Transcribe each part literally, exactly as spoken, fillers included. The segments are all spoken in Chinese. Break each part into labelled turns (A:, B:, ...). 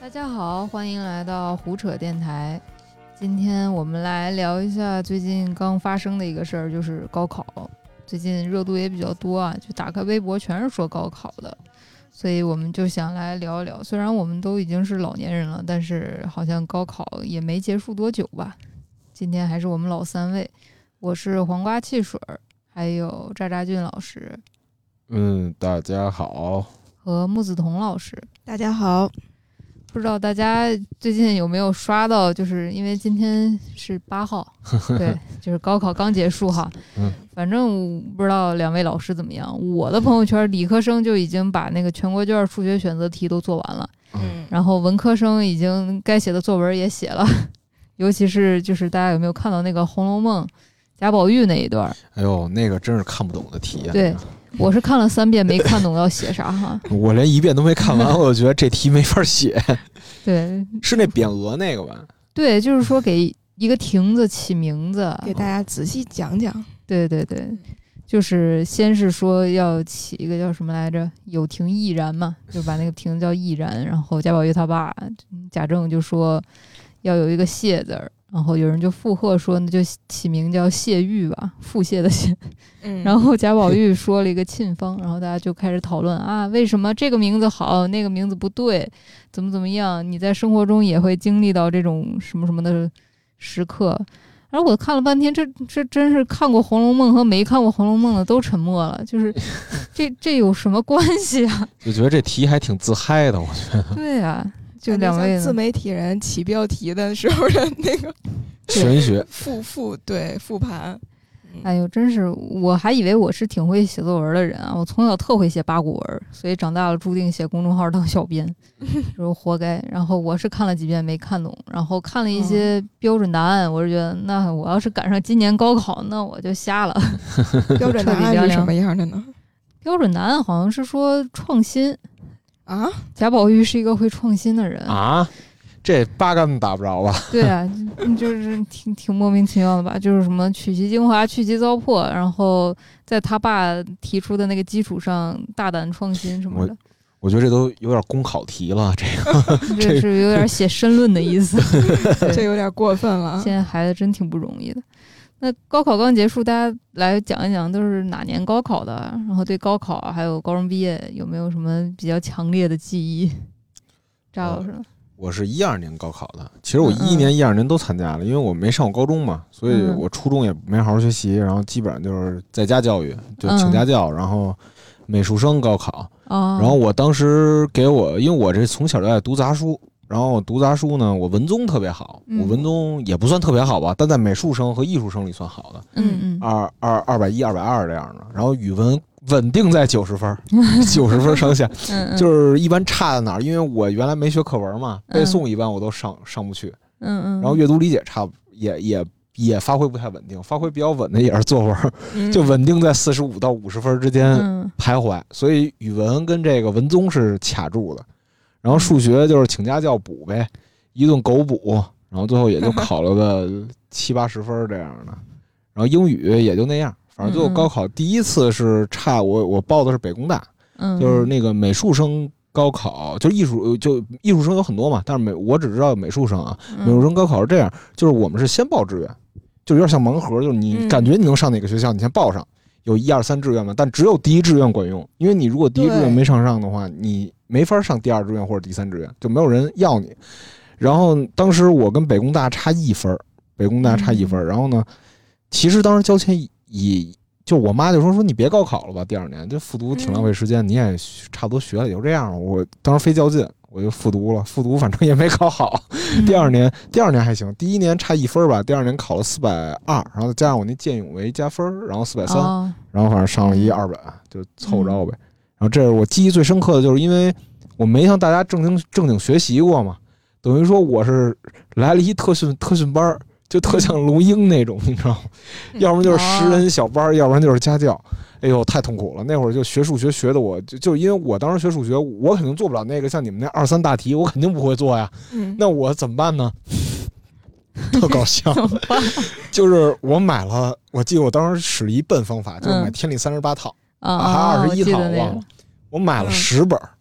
A: 大家好，欢迎来到胡扯电台。今天我们来聊一下最近刚发生的一个事儿，就是高考。最近热度也比较多啊，就打开微博全是说高考的，所以我们就想来聊一聊。虽然我们都已经是老年人了，但是好像高考也没结束多久吧。今天还是我们老三位，我是黄瓜汽水，还有渣渣俊老师，
B: 嗯，大家好，
A: 和木子彤老师，
C: 大家好。
A: 不知道大家最近有没有刷到，就是因为今天是八号，对，就是高考刚结束哈。
B: 嗯，
A: 反正不知道两位老师怎么样。我的朋友圈，理科生就已经把那个全国卷数学选择题都做完了，
C: 嗯，
A: 然后文科生已经该写的作文也写了，尤其是就是大家有没有看到那个《红楼梦》贾宝玉那一段？
B: 哎呦，那个真是看不懂的题啊！
A: 对。我是看了三遍没看懂要写啥哈，
B: 我连一遍都没看完，我就觉得这题没法写。
A: 对，
B: 是那匾额那个吧？
A: 对，就是说给一个亭子起名字，
C: 给大家仔细讲讲。
A: 对对对，就是先是说要起一个叫什么来着，有亭亦然嘛，就把那个亭叫亦然，然后贾宝玉他爸贾政就说要有一个谢字儿。然后有人就附和说，那就起名叫谢玉吧，腹泻的谢。
C: 嗯，
A: 然后贾宝玉说了一个沁芳，然后大家就开始讨论啊，为什么这个名字好，那个名字不对，怎么怎么样？你在生活中也会经历到这种什么什么的时刻。然后我看了半天，这这真是看过《红楼梦》和没看过《红楼梦》的都沉默了，就是这这有什么关系啊？
B: 就觉得这题还挺自嗨的，我觉得。
A: 对啊。就两位
C: 自媒体人起标题的时候的那个
B: 玄学
C: 复复对复盘，
A: 哎呦，真是我还以为我是挺会写作文的人啊！我从小特会写八股文，所以长大了注定写公众号当小编，就是活该。然后我是看了几遍没看懂，然后看了一些标准答案，我是觉得那我要是赶上今年高考，那我就瞎了。
C: 标准答案是什么样的呢？
A: 标准答案好像是说创新。
C: 啊，
A: 贾宝玉是一个会创新的人
B: 啊，这八竿子打不着吧？
A: 对啊，就是挺挺莫名其妙的吧？就是什么取其精华，去其糟粕，然后在他爸提出的那个基础上大胆创新什么的。
B: 我, 我觉得这都有点公考题了，这个
A: 这是有点写申论的意思，
C: 这有点过分了。
A: 现在孩子真挺不容易的。那高考刚结束，大家来讲一讲都是哪年高考的，然后对高考还有高中毕业有没有什么比较强烈的记忆？扎老师、呃，
B: 我是一二年高考的，其实我一一年、一二年都参加了，因为我没上过高中嘛，所以我初中也没好好学习，然后基本上就是在家教育，就请家教，然后美术生高考，然后我当时给我，因为我这从小就爱读杂书。然后我读杂书呢，我文综特别好，我文综也不算特别好吧，但在美术生和艺术生里算好的，
A: 嗯嗯，
B: 二二二百一、二百二这样的。然后语文稳定在九十分，九十分上下，就是一般差在哪儿？因为我原来没学课文嘛，背诵一般我都上上不去，
A: 嗯嗯，
B: 然后阅读理解差也也也发挥不太稳定，发挥比较稳的也是作文，就稳定在四十五到五十分之间徘徊，所以语文跟这个文综是卡住的。然后数学就是请家教补呗，一顿狗补，然后最后也就考了个七八十分这样的。然后英语也就那样，反正最后高考第一次是差我我报的是北工大，就是那个美术生高考，就艺术就艺术生有很多嘛，但是美我只知道美术生啊，美术生高考是这样，就是我们是先报志愿，就有点像盲盒，就是你感觉你能上哪个学校，你先报上。有一二三志愿嘛，但只有第一志愿管用，因为你如果第一志愿没上上的话，你没法上第二志愿或者第三志愿，就没有人要你。然后当时我跟北工大差一分，北工大差一分，然后呢，其实当时交钱也就我妈就说说你别高考了吧，第二年这复读挺浪费时间，你也差不多学了，也就这样了。我当时非较劲，我就复读了，复读反正也没考好。第二年，第二年还行，第一年差一分吧，第二年考了四百二，然后加上我那见勇为加分，然后四百三，然后反正上了一二百，就凑着呗。然后这是我记忆最深刻的，就是因为我没像大家正经正经学习过嘛，等于说我是来了一特训特训班，就特像龙鹰那种，你知道吗？要不然就是十人小班，要不然就是家教。哎呦，太痛苦了！那会儿就学数学学的我，就就因为我当时学数学，我肯定做不了那个像你们那二三大题，我肯定不会做呀。嗯、那我怎么办呢？特搞笑，就是我买了，我记得我当时使了一笨方法，就是买天理三十八套，
A: 啊，
B: 还二十一套，忘了。我买了十本，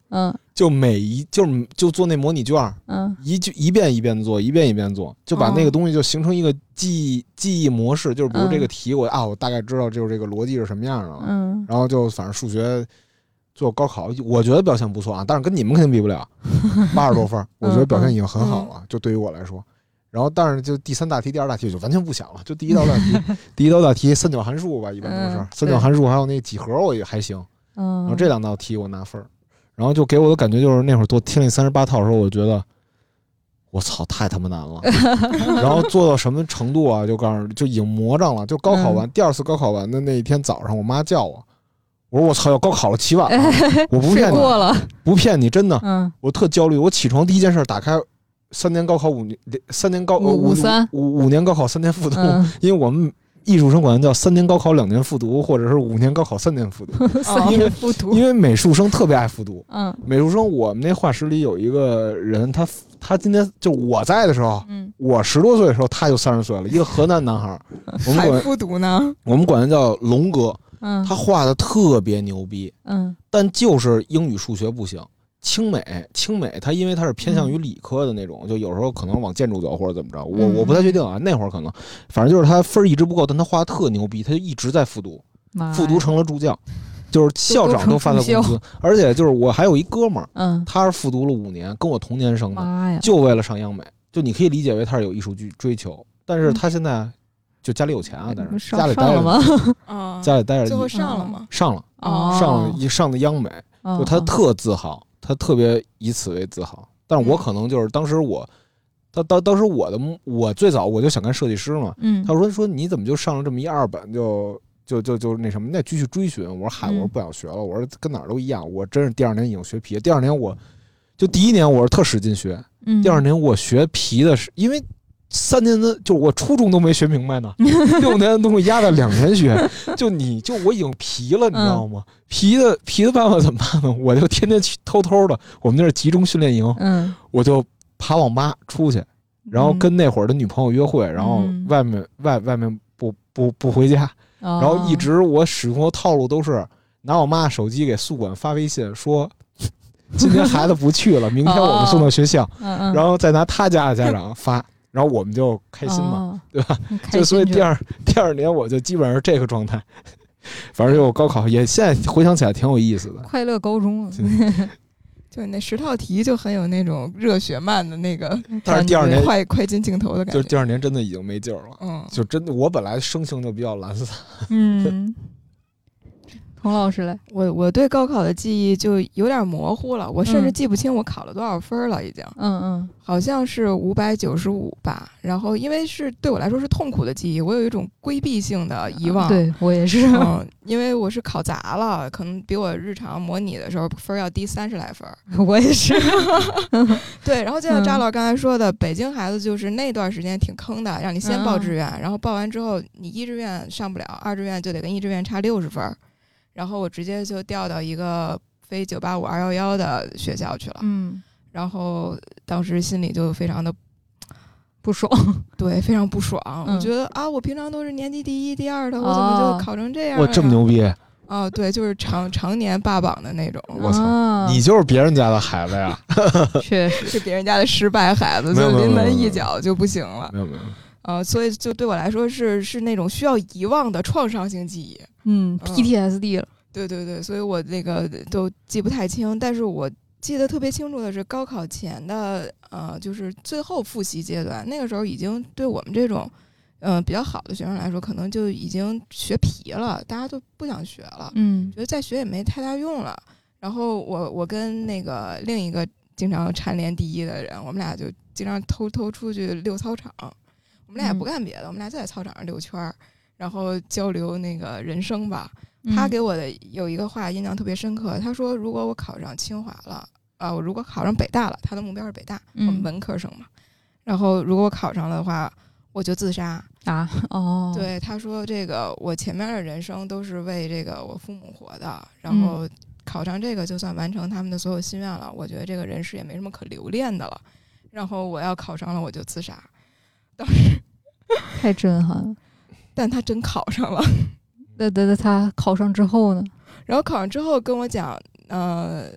A: 嗯，
B: 就每一就是就做那模拟卷，
A: 嗯，
B: 一一遍一遍做，一遍一遍做，就把那个东西就形成一个记忆、哦、记忆模式。就是比如这个题我，我、嗯、啊，我大概知道就是这个逻辑是什么样的了。
A: 嗯，
B: 然后就反正数学做高考，我觉得表现不错啊，但是跟你们肯定比不了，八十多分，我觉得表现已经很好了，嗯、就对于我来说。然后，但是就第三大题、第二大题就完全不想了，就第一道大题，第一道大题三角函数吧，一般都是、嗯、三角函数，还有那个几何我也还行。嗯，然后这两道题我拿分，然后就给我的感觉就是那会儿做听力三十八套的时候，我觉得我操太他妈难了。然后做到什么程度啊？就告诉就已经魔障了。就高考完、嗯、第二次高考完的那一天早上，我妈叫我，我说我操要高考了，起晚了，我不骗你，
A: 过了
B: 不骗你，真的，
A: 嗯，
B: 我特焦虑。我起床第一件事打开。三年高考五年，三年高
A: 五五三
B: 五五年高考三年复读、
A: 嗯，
B: 因为我们艺术生管它叫三年高考两年复读，或者是五年高考三年复读。
A: 三年复读，
B: 因为美术生特别爱复读。
A: 嗯，
B: 美术生我们那画室里有一个人，他他今天就我在的时候，
A: 嗯，
B: 我十多岁的时候他就三十岁了，一个河南男孩，我们管
C: 还复读呢，
B: 我们管他叫龙哥。
A: 嗯，
B: 他画的特别牛逼，
A: 嗯，
B: 但就是英语数学不行。清美，清美，它因为它是偏向于理科的那种，嗯、就有时候可能往建筑走或者怎么着，我我不太确定啊。那会儿可能，反正就是他分一直不够，但他画的特牛逼，他就一直在复读，复读成了助教，就是校长都发他工资，而且就是我还有一哥们儿，
A: 嗯，
B: 他是复读了五年，跟我同年生的，就为了上央美，就你可以理解为他是有艺术追求，但是他现在就家里有钱啊，但是家里待着
A: 吗？
B: 家里待着，
C: 最后上了吗？
B: 上了，
A: 哦、
B: 上了一上的央美，就他特自豪。他特别以此为自豪，但是我可能就是当时我，当当当时我的我最早我就想干设计师嘛，
A: 嗯，
B: 他说说你怎么就上了这么一二本就就就就那什么，那继续追寻。我说嗨，我说不想学了，我说跟哪儿都一样。我真是第二年已经学皮，第二年我就第一年我是特使劲学，
A: 嗯，
B: 第二年我学皮的是因为。三年的，就我初中都没学明白呢，六年的东西压在两年学，就你就我已经皮了，你知道吗？嗯、皮的皮的办法怎么办呢？我就天天去偷偷的，我们那是集中训练营，
A: 嗯，
B: 我就爬网吧出去，然后跟那会儿的女朋友约会，然后外面、嗯、外外面不不不回家，
A: 哦、
B: 然后一直我使用的套路都是拿我妈手机给宿管发微信说。今天孩子不去了，明天我们送到学校，
A: 哦、
B: 然后再拿他家的家长发。然后我们就开心嘛，
A: 哦、
B: 对吧？就所以第二第二年我就基本上是这个状态，反正就我高考也现在回想起来挺有意思的，
A: 快乐高中。
C: 就那十套题就很有那种热血漫的那个，
B: 但是第二年
C: 快快进镜头的感觉，
B: 就是第二年真的已经没劲儿了，
C: 嗯，
B: 就真的我本来生性就比较懒散，
A: 嗯。童老师来，
C: 我我对高考的记忆就有点模糊了，我甚至记不清我考了多少分了，已经。
A: 嗯嗯，
C: 好像是五百九十五吧。然后因为是对我来说是痛苦的记忆，我有一种规避性的遗忘。
A: 嗯、对我也是，
C: 嗯，因为我是考砸了，可能比我日常模拟的时候分要低三十来分。
A: 我也是。
C: 对，然后就像扎老刚才说的、嗯，北京孩子就是那段时间挺坑的，让你先报志愿，嗯、然后报完之后你一志愿上不了，二志愿就得跟一志愿差六十分。然后我直接就调到一个非九八五二幺幺的学校去了，
A: 嗯，
C: 然后当时心里就非常的
A: 不爽，
C: 对，非常不爽。
A: 嗯、
C: 我觉得啊，我平常都是年级第一、第二的，我怎么就考成这样、啊？
B: 哇，这么牛逼！
C: 哦，对，就是常常年霸榜的那种。
B: 我操、啊，你就是别人家的孩子呀！
A: 确实
C: 是别人家的失败孩子，就临门一脚就不行了。
B: 没有没有。
C: 呃，所以就对我来说是是那种需要遗忘的创伤性记忆，
A: 嗯 ，P T S D 了、嗯。
C: 对对对，所以我那个都记不太清，但是我记得特别清楚的是高考前的呃，就是最后复习阶段，那个时候已经对我们这种嗯、呃、比较好的学生来说，可能就已经学疲了，大家都不想学了，
A: 嗯，
C: 觉得再学也没太大用了。然后我我跟那个另一个经常蝉联第一的人，我们俩就经常偷偷出去溜操场。我们俩也不干别的、嗯，我们俩就在操场上溜圈，然后交流那个人生吧。
A: 嗯、
C: 他给我的有一个话印象特别深刻，他说：“如果我考上清华了，啊、呃，我如果考上北大了，他的目标是北大，
A: 嗯、
C: 我们文科生嘛。然后如果我考上的话，我就自杀
A: 啊。哦，
C: 对，他说这个我前面的人生都是为这个我父母活的，然后考上这个就算完成他们的所有心愿了。我觉得这个人世也没什么可留恋的了。然后我要考上了，我就自杀。”当时
A: 太震撼了，
C: 但他真考上了。
A: 那那那他考上之后呢？
C: 然后考上之后跟我讲，呃，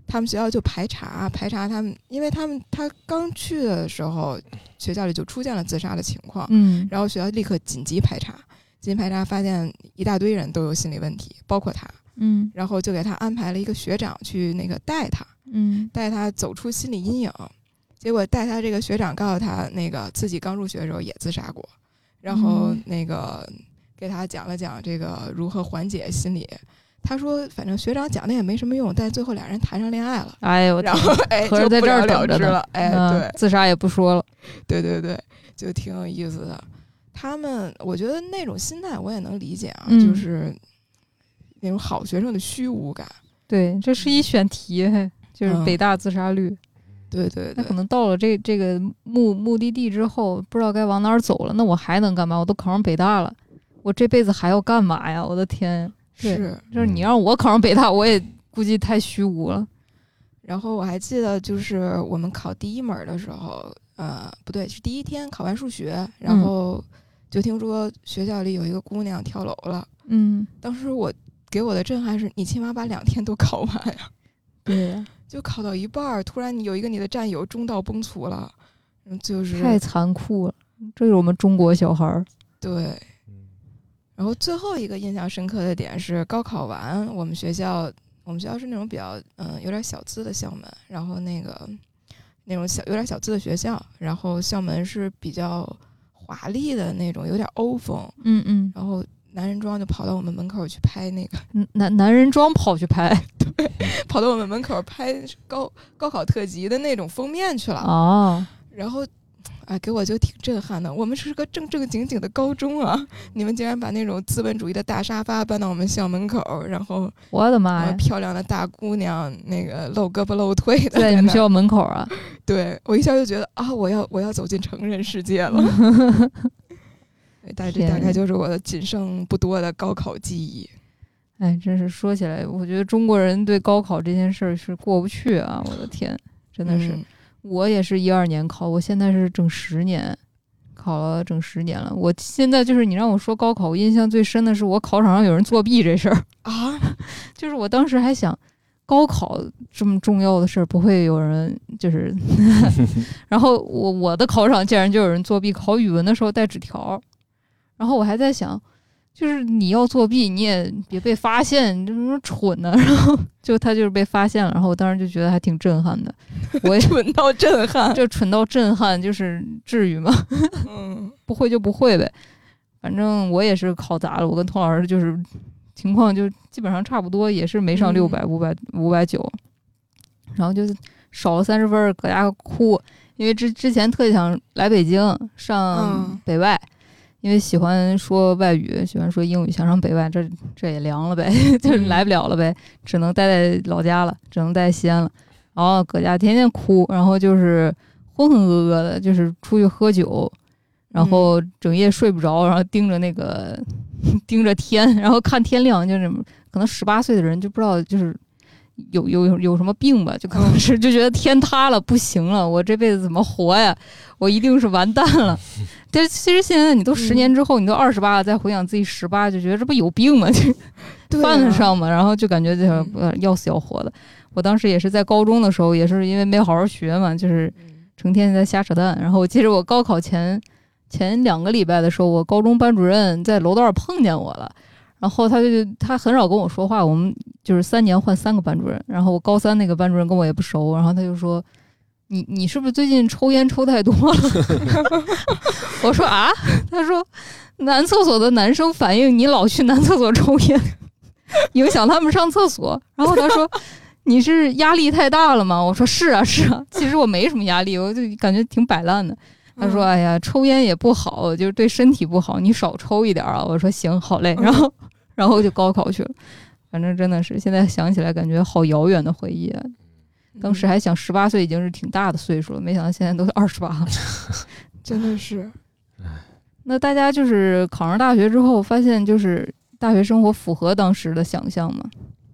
C: 他们学校就排查排查他们，因为他们他刚去的时候，学校里就出现了自杀的情况，
A: 嗯，
C: 然后学校立刻紧急排查，紧急排查发现一大堆人都有心理问题，包括他，
A: 嗯，
C: 然后就给他安排了一个学长去那个带他，
A: 嗯，
C: 带他走出心理阴影。结果带他这个学长告诉他，那个自己刚入学的时候也自杀过，然后那个给他讲了讲这个如何缓解心理。他说反正学长讲的也没什么用，但最后俩人谈上恋爱了。
A: 哎呦，
C: 然后哎
A: 合着在这儿
C: 了之了，哎、
A: 嗯、
C: 对，
A: 自杀也不说了。
C: 对对对，就挺有意思的。他们我觉得那种心态我也能理解啊、嗯、就是那种好学生的虚无感。
A: 对，这是一选题，就是北大自杀率。
C: 嗯、对对对，
A: 那可能到了这这个目目的地之后，不知道该往哪儿走了。那我还能干嘛？我都考上北大了，我这辈子还要干嘛呀？我的天！
C: 是，
A: 就是你让我考上北大，我也估计太虚无了。
C: 然后我还记得，就是我们考第一门的时候，呃，不对，是第一天考完数学，然后就听说学校里有一个姑娘跳楼了。
A: 嗯，
C: 当时我给我的震撼是，你起码把两天都考完呀。
A: 对呀，
C: 就考到一半，突然你有一个你的战友中道崩殂了，就是
A: 太残酷了。这是我们中国小孩儿。
C: 对。然后最后一个印象深刻的点是高考完，我们学校我们学校是那种比较嗯、呃、有点小资的校门，然后那个那种小有点小资的学校，然后校门是比较华丽的那种，有点欧风，
A: 嗯嗯，
C: 然后男人装就跑到我们门口去拍那个
A: 男男人装跑去拍，
C: 对，跑到我们门口拍高高考特辑的那种封面去了
A: 哦，
C: 然后。哎，给我就挺震撼的。我们是个正正经经的高中啊，你们竟然把那种资本主义的大沙发搬到我们校门口，然后
A: 我的妈呀，
C: 漂亮的大姑娘那个露胳膊露腿的
A: 在你们学校门口啊！
C: 对，我一下就觉得啊，我要我要走进成人世界了。大这大概就是我的仅剩不多的高考记忆。
A: 哎，真是说起来，我觉得中国人对高考这件事儿是过不去啊！我的天，真的是。嗯，我也是一二年考，我现在是整十年，考了整十年了。我现在就是你让我说高考，我印象最深的是我考场上有人作弊这事儿
C: 啊，
A: 就是我当时还想，高考这么重要的事儿不会有人就是，然后我我的考场竟然就有人作弊，考语文的时候带纸条，然后我还在想。就是你要作弊，你也别被发现，你这么蠢呢、啊。然后就他就是被发现了，然后我当时就觉得还挺震撼的。我也
C: 蠢到震撼，
A: 这蠢到震撼，就是至于吗？
C: 嗯，
A: 不会就不会呗。反正我也是考砸了，我跟童老师就是情况就基本上差不多，也是没上六百、五百、五百九，然后就少了三十分，搁家哭，因为之之前特别想来北京上北外。嗯，因为喜欢说外语，喜欢说英语，想上北外，这这也凉了呗，就是来不了了呗，只能待在老家了，只能待在西安了。然后搁家天天哭，然后就是浑浑噩噩的，就是出去喝酒，然后整夜睡不着，然后盯着那个盯着天，然后看天亮，就是可能十八岁的人就不知道就是有有有有什么病吧，就可能是就觉得天塌了，不行了，我这辈子怎么活呀？我一定是完蛋了。但是其实现在你都十年之后，你都二十八了，再回想自己十八，就觉得这不有病吗？就犯得上吗？然后就感觉就要死要活的。我当时也是在高中的时候，也是因为没好好学嘛，就是成天在瞎扯淡。然后我记得我高考前前两个礼拜的时候，我高中班主任在楼道碰见我了。然后他就他很少跟我说话，我们就是三年换三个班主任，然后我高三那个班主任跟我也不熟，然后他就说你你是不是最近抽烟抽太多了？我说啊，他说男厕所的男生反映你老去男厕所抽烟，影响他们上厕所。然后他说你是压力太大了吗？我说是啊是啊，其实我没什么压力，我就感觉挺摆烂的。他说哎呀，抽烟也不好，就是对身体不好，你少抽一点啊。我说行好嘞，然后然后就高考去了。反正真的是现在想起来感觉好遥远的回忆啊。当时还想十八岁已经是挺大的岁数了，没想到现在都二十八了。
C: 真的是。
A: 那大家就是考上大学之后发现就是大学生活符合当时的想象吗？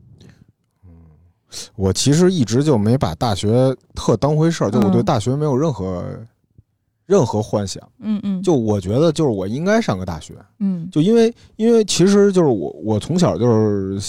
B: 我其实一直就没把大学特当回事儿，就我对大学没有任何、嗯、任何幻想。
A: 嗯嗯，
B: 就我觉得就是我应该上个大学。
A: 嗯，
B: 就因为因为其实就是我我从小就是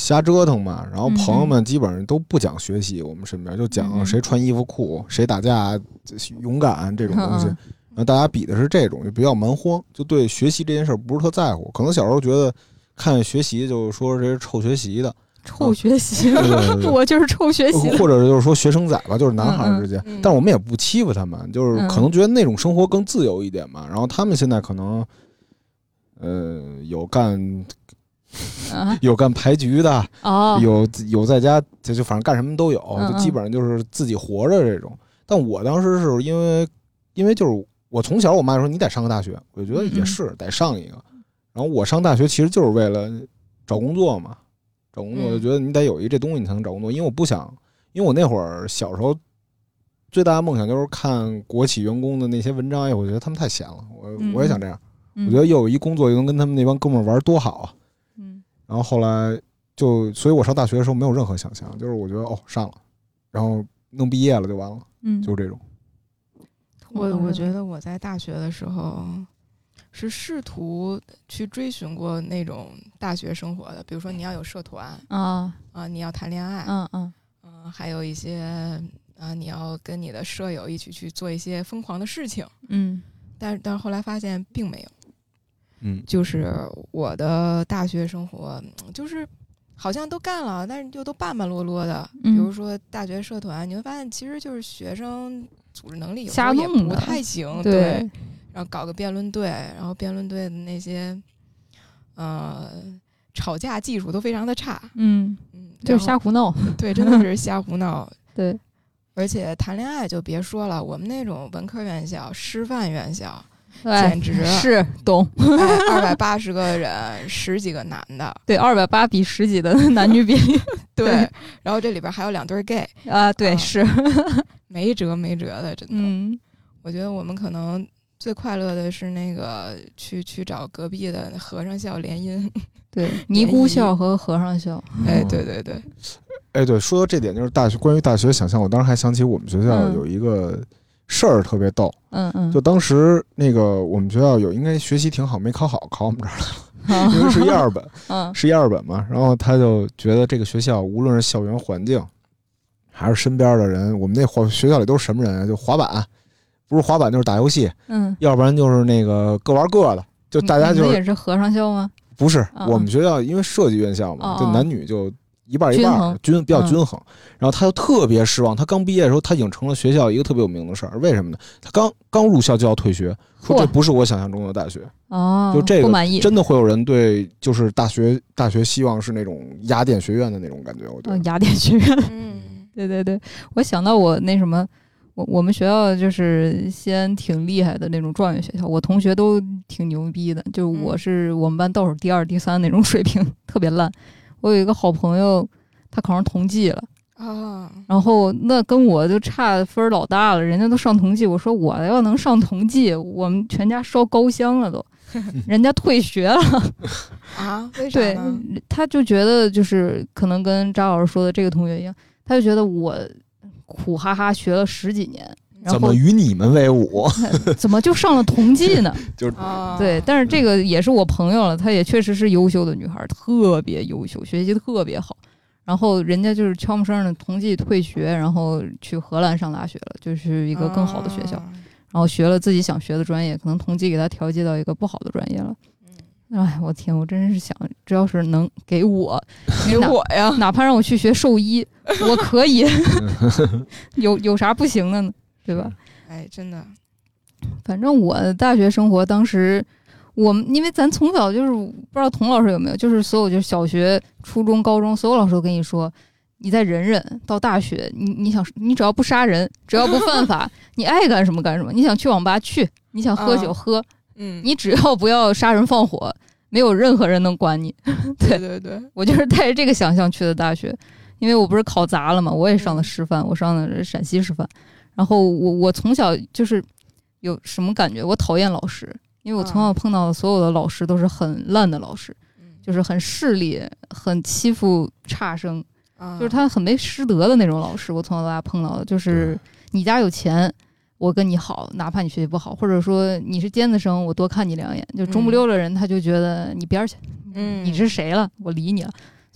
B: 瞎折腾嘛。然后朋友们基本上都不讲学习，我们身边就讲谁穿衣服酷，谁打架勇敢这种东西。然后大家比的是这种，就比较蛮荒，就对学习这件事不是特在乎。可能小时候觉得看学习就说这是臭学习的。
A: 臭学习，
B: 对对对对
A: 我就是臭学习，
B: 或者就是说学生仔吧，就是男孩之间。嗯嗯、但是我们也不欺负他们，就是可能觉得那种生活更自由一点嘛。然后他们现在可能，呃，有干，啊、有干牌局的，哦、有有在家就就反正干什么都有，嗯嗯就基本上就是自己活着这种。但我当时是因为，因为就是我从小我妈说你得上个大学，我就觉得也是嗯嗯得上一个。然后我上大学其实就是为了找工作嘛。找工作，我就觉得你得有一这东西，你才能找工作。因为我不想，因为我那会儿小时候最大的梦想就是看国企员工的那些文章，哎，我觉得他们太闲了，我我也想这样。嗯、我觉得又有一工作，又能跟他们那帮哥们玩，多好啊！嗯。然后后来就，所以我上大学的时候没有任何想象，就是我觉得哦上了，然后弄毕业了就完了，嗯，就是这种。
C: 我我觉得我在大学的时候。是试图去追寻过那种大学生活的，比如说你要有社团啊啊，你要谈恋爱，嗯嗯嗯，还有一些啊，你要跟你的舍友一起去做一些疯狂的事情，嗯，但是但是后来发现并没有，嗯，就是我的大学生活就是好像都干了，但是又都半半落落的，嗯、比如说大学社团，你会发现其实就是学生组织能力有时候也不太行，对。对然后搞个辩论队，然后辩论队的那些，呃，吵架技术都非常的差，嗯嗯，
A: 就是瞎胡闹，
C: 对，真的是瞎胡闹，
A: 对，
C: 而且谈恋爱就别说了，我们那种文科院校、师范院校，简直
A: 是懂，
C: 二百八十个人，十几个男的，
A: 对，二百八比十几的男女比例，
C: 对，然后这里边还有两对 gay
A: 啊，对，啊、是
C: 没辙没辙的，真的，嗯，我觉得我们可能。最快乐的是那个去去找隔壁的和尚校联姻，
A: 对，尼姑校和和尚校，
C: 哎，对对对，
B: 哎对，说到这点就是大学，关于大学想象，我当时还想起我们学校有一个事儿特别逗，嗯嗯，就当时那个我们学校有应该学习挺好，没考好，考我们这儿来了，因为是一二本，嗯，是一二本嘛，然后他就觉得这个学校无论是校园环境，还是身边的人，我们那学校里都是什么人啊？就滑板。不是滑板就是打游戏，嗯，要不然就是那个各玩各的，就大家就是。
A: 你们也是和尚校吗？
B: 不是，哦、我们学校因为设计院校嘛，哦、就男女就一半一半，均比较均衡。嗯、然后他就特别失望，他刚毕业的时候，他已经成了学校一个特别有名的事儿。为什么呢？他刚刚入校就要退学，说这不是我想象中的大学。哦，就这个
A: 不满意，
B: 真的会有人对，就是大学大学希望是那种雅典学院的那种感觉。我觉得、
A: 哦、雅典学院，嗯，对对对，我想到我那什么。我我们学校就是西安挺厉害的那种状元学校，我同学都挺牛逼的，就我是我们班倒数第二、第三那种水平，特别烂。我有一个好朋友，他考上统计了啊，然后那跟我就差分老大了，人家都上统计，我说我要能上统计，我们全家烧高香了都，人家退学了
C: 啊？为啥呢？
A: 对，他就觉得就是可能跟张老师说的这个同学一样，他就觉得我。苦哈哈学了十几年，然后
B: 怎么与你们为伍？
A: 怎么就上了统计呢？
B: 就是
A: 对，但是这个也是我朋友了，她也确实是优秀的女孩，特别优秀，学习特别好。然后人家就是悄没声的统计退学，然后去荷兰上大学了，就是一个更好的学校。然后学了自己想学的专业，可能统计给她调剂到一个不好的专业了。哎，我天！我真是想，这要是能给我，
C: 给我呀，
A: 哪怕让我去学兽医，我可以。有有啥不行的呢？对吧？
C: 哎，真的。
A: 反正我大学生活当时，我们因为咱从小就是不知道童老师有没有，就是所有就是小学、初中、高中，所有老师都跟你说，你再忍忍，到大学，你你想你只要不杀人，只要不犯法，你爱干什么干什么。你想去网吧去，你想喝酒喝。嗯，你只要不要杀人放火，没有任何人能管你。对
C: 对对，
A: 我就是带着这个想象去的大学，因为我不是考砸了嘛，我也上了师范，嗯、我上的陕西师范。然后我我从小就是有什么感觉？我讨厌老师，因为我从小碰到的所有的老师都是很烂的老师，嗯、就是很势利、很欺负差生，嗯、就是他很没师德的那种老师。我从小到大碰到的就是你家有钱。我跟你好，哪怕你学习不好，或者说你是尖子生，我多看你两眼。就中不溜的人，他就觉得你边儿去，嗯，你是谁了？我理你了。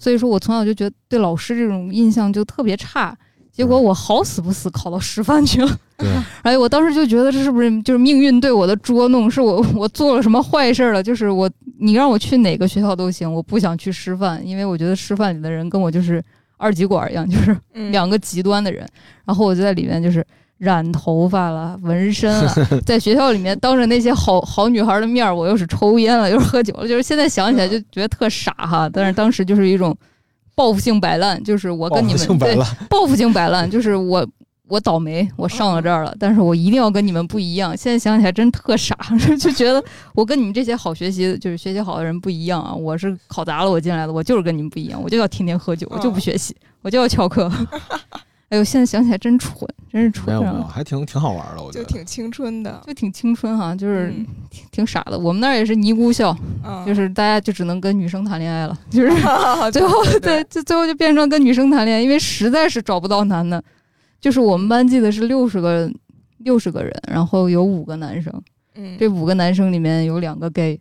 A: 所以说我从小就觉得对老师这种印象就特别差。结果我好死不死考到师范去了，
B: 对，
A: 哎，我当时就觉得这是不是就是命运对我的捉弄？是我我做了什么坏事了？就是我你让我去哪个学校都行，我不想去师范，因为我觉得师范里的人跟我就是二极管一样，就是两个极端的人。嗯、然后我就在里面就是染头发了、纹身了，在学校里面当着那些好好女孩的面，我又是抽烟了，又是喝酒了，就是现在想起来就觉得特傻哈。但是当时就是一种。报复性摆烂，就是我跟你们对报复性摆烂，就是我我倒霉，我上了这儿了，但是我一定要跟你们不一样。现在想起来真特傻，就觉得我跟你们这些好学习，就是学习好的人不一样啊。我是考砸了我进来的，我就是跟你们不一样，我就要天天喝酒，我就不学习，我就要翘课。哎呦，现在想起来真蠢，真是蠢。
B: 没有没有，还挺挺好玩的，我觉得
C: 就挺青春的，
A: 就挺青春哈，就是挺、嗯、挺傻的。我们那儿也是尼姑校、嗯，就是大家就只能跟女生谈恋爱了，就是最后对，就最后就变成跟女生谈恋爱，因为实在是找不到男的。就是我们班记得是六十个六十个人，然后有五个男生，嗯，这五个男生里面有两个 gay，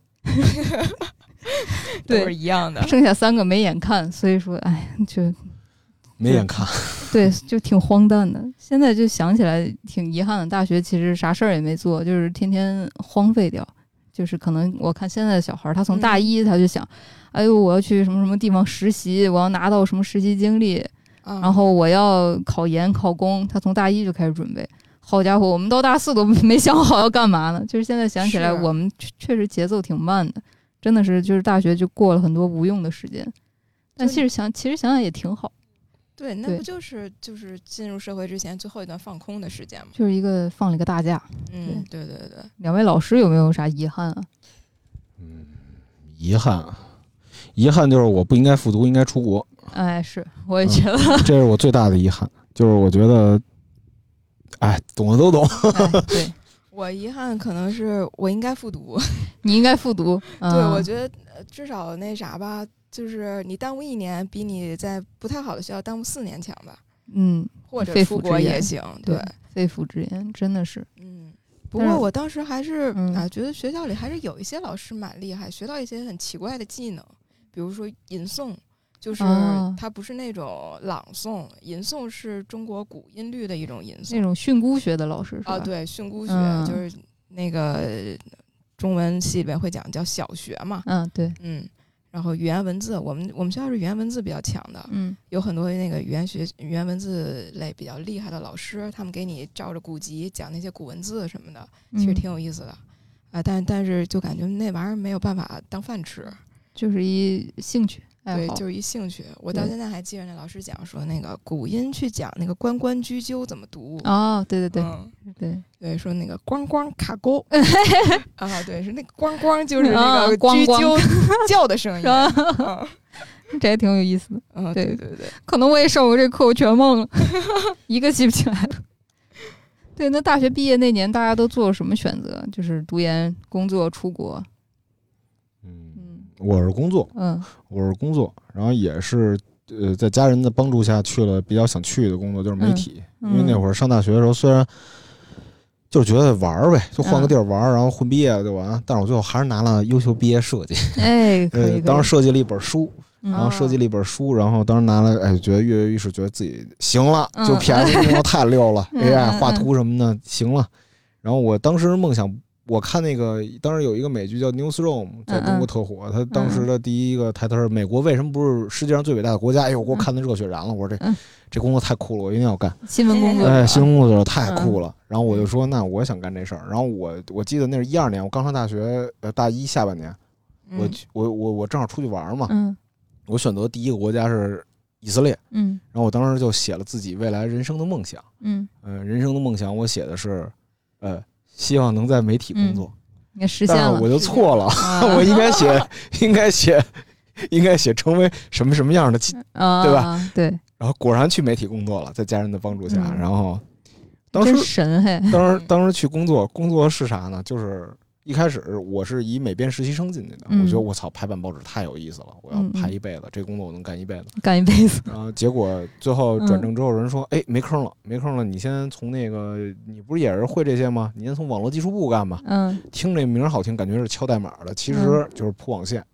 C: 对，都是一样的，
A: 剩下三个没眼看，所以说，哎，就。
B: 没眼看，
A: 对，就挺荒诞的。现在就想起来挺遗憾的，大学其实啥事儿也没做，就是天天荒废掉。就是可能我看现在的小孩，他从大一他就想，嗯、哎呦，我要去什么什么地方实习，我要拿到什么实习经历，嗯、然后我要考研考公，他从大一就开始准备。好家伙，我们到大四都没想好要干嘛呢。就是现在想起来，我们确实节奏挺慢的，真的是就是大学就过了很多无用的时间。但其实想，其实想想也挺好。
C: 对，那不就是就是进入社会之前最后一段放空的时间吗？
A: 就是一个放了一个大假。
C: 嗯，对对对。
A: 两位老师有没有啥遗憾啊？
B: 嗯，遗憾，遗憾就是我不应该复读，应该出国。
A: 哎，是，我也觉得、
B: 嗯，这是我最大的遗憾。就是我觉得，哎，懂的都懂。
A: 哎、对，
C: 我遗憾可能是我应该复读。
A: 你应该复读。
C: 嗯、对，我觉得至少那啥吧。就是你耽误一年，比你在不太好的学校耽误四年强吧？
A: 嗯，
C: 或者出国也行。对，
A: 肺腑之言，真的是。
C: 嗯，不过我当时还是、嗯、啊，觉得学校里还是有一些老师蛮厉害，学到一些很奇怪的技能，比如说吟诵，就是它不是那种朗诵，吟诵是中国古音律的一种吟诵，
A: 那种训诂学的老师是吧？
C: 啊，对，训诂学、嗯、就是那个中文系里面会讲叫小学嘛。
A: 嗯，对，
C: 嗯。然后语言文字，我们我们学校是语言文字比较强的，嗯，有很多那个语言学语言文字类比较厉害的老师，他们给你照着古籍讲那些古文字什么的，其实挺有意思的，啊、嗯呃，但但是就感觉那玩意儿没有办法当饭吃，
A: 就是一兴趣，
C: 对，就是一兴趣。我到现在还记得那老师讲说，那个古音去讲那个关关雎鸠怎么读。
A: 哦，对对对，
C: 嗯、
A: 对
C: 对，说那个咣咣卡钩啊，对，是那个咣咣就是那个雎鸠叫的声音。
A: 嗯、这还挺有意思的。
C: 嗯，对对对，
A: 可能我也上过这课，我全忘了，一个记不起来了。对，那大学毕业那年，大家都做了什么选择？就是读研、工作、出国。
B: 嗯，我是工作，
A: 嗯，
B: 我是工作，然后也是呃，在家人的帮助下去了比较想去的工作，就是媒体。嗯、因为那会儿上大学的时候，虽然就觉得玩呗，就换个地儿玩，嗯、然后混毕业就完，但是我最后还是拿了优秀毕业设计。
A: 哎，可以，
B: 呃，当时设计了一本书。然后设计了一本书，然后当时拿了，哎，觉得跃跃欲试，觉得自己行了，就 P S 工作太溜了 ，A I 画图什么的行了。然后我当时梦想，我看那个当时有一个美剧叫《Newsroom》，在中国特火，他当时的第一个抬头是美国为什么不是世界上最伟大的国家？哎呦，给我看的热血燃了！我说这这工作太酷了，我一定要干。
A: 新闻工作，
B: 哎，新闻工作者太酷了。然后我就说，那我想干这事儿。然后我我记得那是一二年，我刚上大学，呃，大一下半年，我我我我正好出去玩嘛。
A: 嗯。
B: 我选择第一个国家是以色列，
A: 嗯，
B: 然后我当时就写了自己未来人生的梦想，
A: 嗯，
B: 呃，人生的梦想我写的是，呃，希望能在媒体工作，
A: 也、嗯、实现了，
B: 但是我就错了，我应该写，应该写，应该写成为什么什么样的，
A: 啊、
B: 对吧？
A: 对。
B: 然后果然去媒体工作了，在家人的帮助下，
A: 嗯、
B: 然后当时
A: 神嘿，
B: 当时当时去工作，工作是啥呢？就是。一开始我是以美编实习生进去的，嗯、我觉得我操排版报纸太有意思了，我要排一辈子，嗯、这工作我能干一辈子，
A: 干一辈子。
B: 然后结果最后转正之后，人说，哎、嗯，没坑了，没坑了，你先从那个，你不是也是会这些吗？你先从网络技术部干吧。
A: 嗯，
B: 听这名好听，感觉是敲代码的，其实就是铺网线。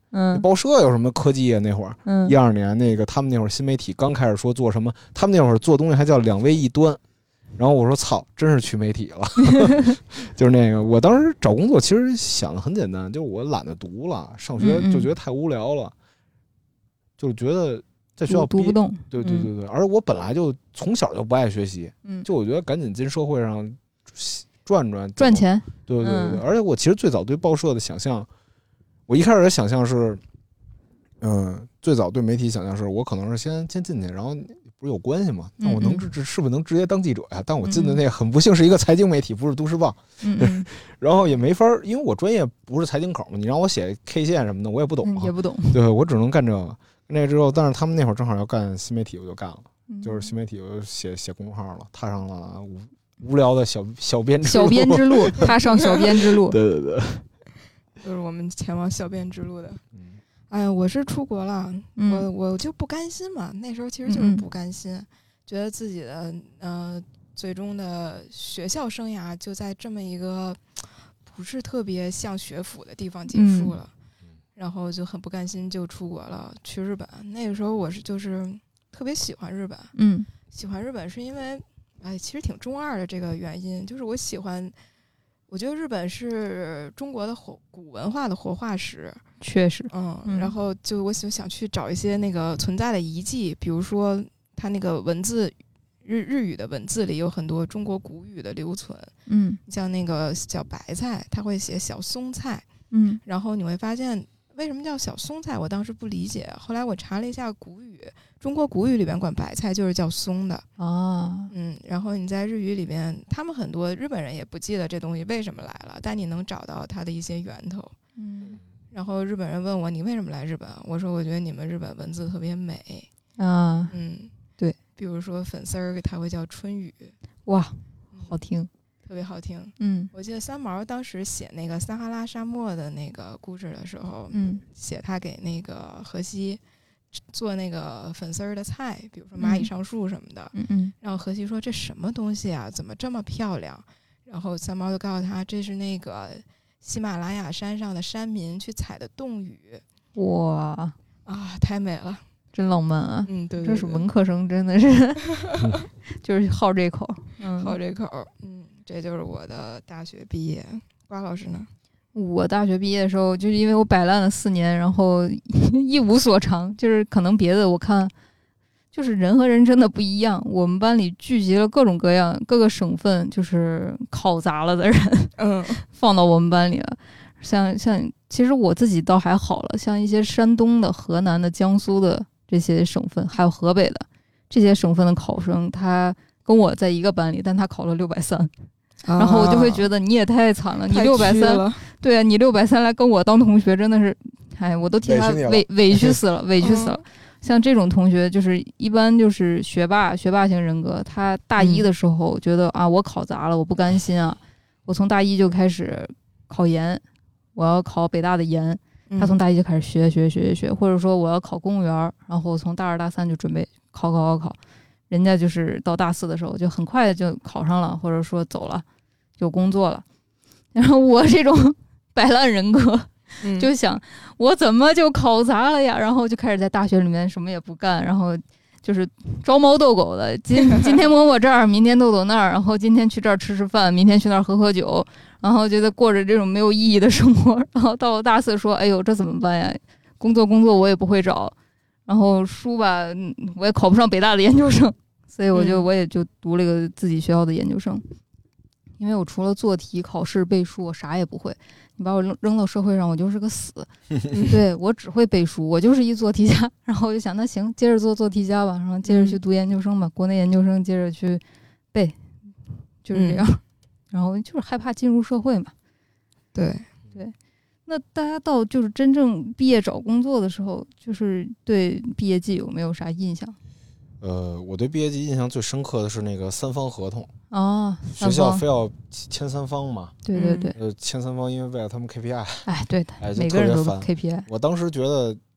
A: 嗯，
B: 报社有什么科技啊？那会儿，
A: 嗯，
B: 一二年那个他们那会儿新媒体刚开始说做什么，他们那会儿做东西还叫两微一端。然后我说操，真是去媒体了，就是那个我当时找工作其实想的很简单，就是我懒得读了，上学就觉得太无聊了，嗯嗯就觉得在学校
A: 读不动。
B: 对对对对，嗯、而我本来就从小就不爱学习，
A: 嗯，就
B: 我觉得赶紧进社会上转转
A: 赚钱。
B: 对对对对、嗯，而且我其实最早对报社的想象，我一开始的想象是，嗯、呃，最早对媒体想象是我可能是先先进去，然后不是有关系吗？那我能直是不是能直接当记者呀？但我进的那个很不幸是一个财经媒体，不是都市报，
A: 嗯
B: 然后也没法，因为我专业不是财经口嘛，你让我写 K 线什么的，我也不懂、啊
A: 嗯，也不懂。
B: 对，我只能干这个。那个之后，但是他们那会儿正好要干新媒体，我就干了，嗯、就是新媒体我就写写公众号了，踏上了无无聊的小小编之路，
A: 小编之路，踏上小编之路。
B: 对对对，
C: 就是我们前往小编之路的。嗯，哎呀，我是出国了，嗯、我我就不甘心嘛，那时候其实就是不甘心，嗯、觉得自己的呃最终的学校生涯就在这么一个不是特别像学府的地方结束了。嗯，然后就很不甘心，就出国了，去日本。那个时候我是就是特别喜欢日本，
A: 嗯，
C: 喜欢日本是因为，哎，其实挺中二的这个原因，就是我喜欢，我觉得日本是中国的活古文化的活化石，
A: 确实，
C: 嗯，嗯然后就我就想去找一些那个存在的遗迹，比如说它那个文字日日语的文字里有很多中国古语的留存，
A: 嗯，
C: 像那个小白菜，他会写小松菜，
A: 嗯，
C: 然后你会发现。为什么叫小松菜？我当时不理解，后来我查了一下古语，中国古语里边管白菜就是叫松的
A: 哦，
C: 嗯，然后你在日语里边，他们很多日本人也不记得这东西为什么来了，但你能找到它的一些源头。
A: 嗯，
C: 然后日本人问我你为什么来日本，我说我觉得你们日本文字特别美
A: 啊，
C: 嗯，
A: 对，
C: 比如说粉丝儿，它会叫春雨，
A: 哇，好听。
C: 特别好听，
A: 嗯，
C: 我记得三毛当时写那个撒哈拉沙漠的那个故事的时候，
A: 嗯，
C: 写他给那个荷西做那个粉丝儿的菜，比如说蚂蚁上树什么的，
A: 嗯嗯，
C: 然后荷西说这什么东西啊，怎么这么漂亮？然后三毛就告诉他这是那个喜马拉雅山上的山民去采的冻雨，
A: 哇
C: 啊，太美了。
A: 真浪漫啊！
C: 嗯，对, 对, 对，
A: 这是文科生，真的是，就是好这口，
C: 嗯，好这口，嗯，这就是我的大学毕业。瓜老师呢？
A: 我大学毕业的时候，就是因为我摆烂了四年，然后一无所长，就是可能别的我看，就是人和人真的不一样。我们班里聚集了各种各样、各个省份就是考砸了的人，
C: 嗯，
A: 放到我们班里了。像像，其实我自己倒还好了，像一些山东的、河南的、江苏的。这些省份还有河北的这些省份的考生，他跟我在一个班里，但他考了六百三，然后我就会觉得你也太惨了，你六百三，对啊，你六百三来跟我当同学，真的是，哎，我都替他委委屈死了，委屈死了。嗯、像这种同学，就是一般就是学霸，学霸型人格。他大一的时候觉得、嗯、啊，我考砸了，我不甘心啊，我从大一就开始考研，我要考北大的研。他从大一就开始学学学学学，或者说我要考公务员，然后从大二大三就准备考考考考，人家就是到大四的时候就很快就考上了，或者说走了就工作了。然后我这种摆烂人格就想我怎么就考砸了呀，然后就开始在大学里面什么也不干，然后就是招猫逗狗的，今今天摸摸这儿，明天逗逗那儿，然后今天去这儿吃吃饭，明天去那儿喝喝酒，然后就在过着这种没有意义的生活。然后到了大四说，哎呦，这怎么办呀？工作工作我也不会找，然后书吧我也考不上北大的研究生，所以我就我也就读了一个自己学校的研究生。因为我除了做题、考试、背书，我啥也不会。你把我扔扔到社会上，我就是个死。对，我只会背书，我就是一做题家。然后我就想，那行，接着做做题家吧，然后接着去读研究生吧，国内研究生接着去背，就是这样。嗯、然后就是害怕进入社会嘛。
C: 对
A: 对。那大家到就是真正毕业找工作的时候，就是对毕业季有没有啥印象？
B: 呃，我对毕业季印象最深刻的是那个三方合同
A: 哦，
B: 学校非要签三方嘛。
A: 对对对，
B: 呃，签三方，因为为了他们 K P I。
A: 哎，对的，
B: 哎，
A: 每个人都 K P I。
B: 我当时觉得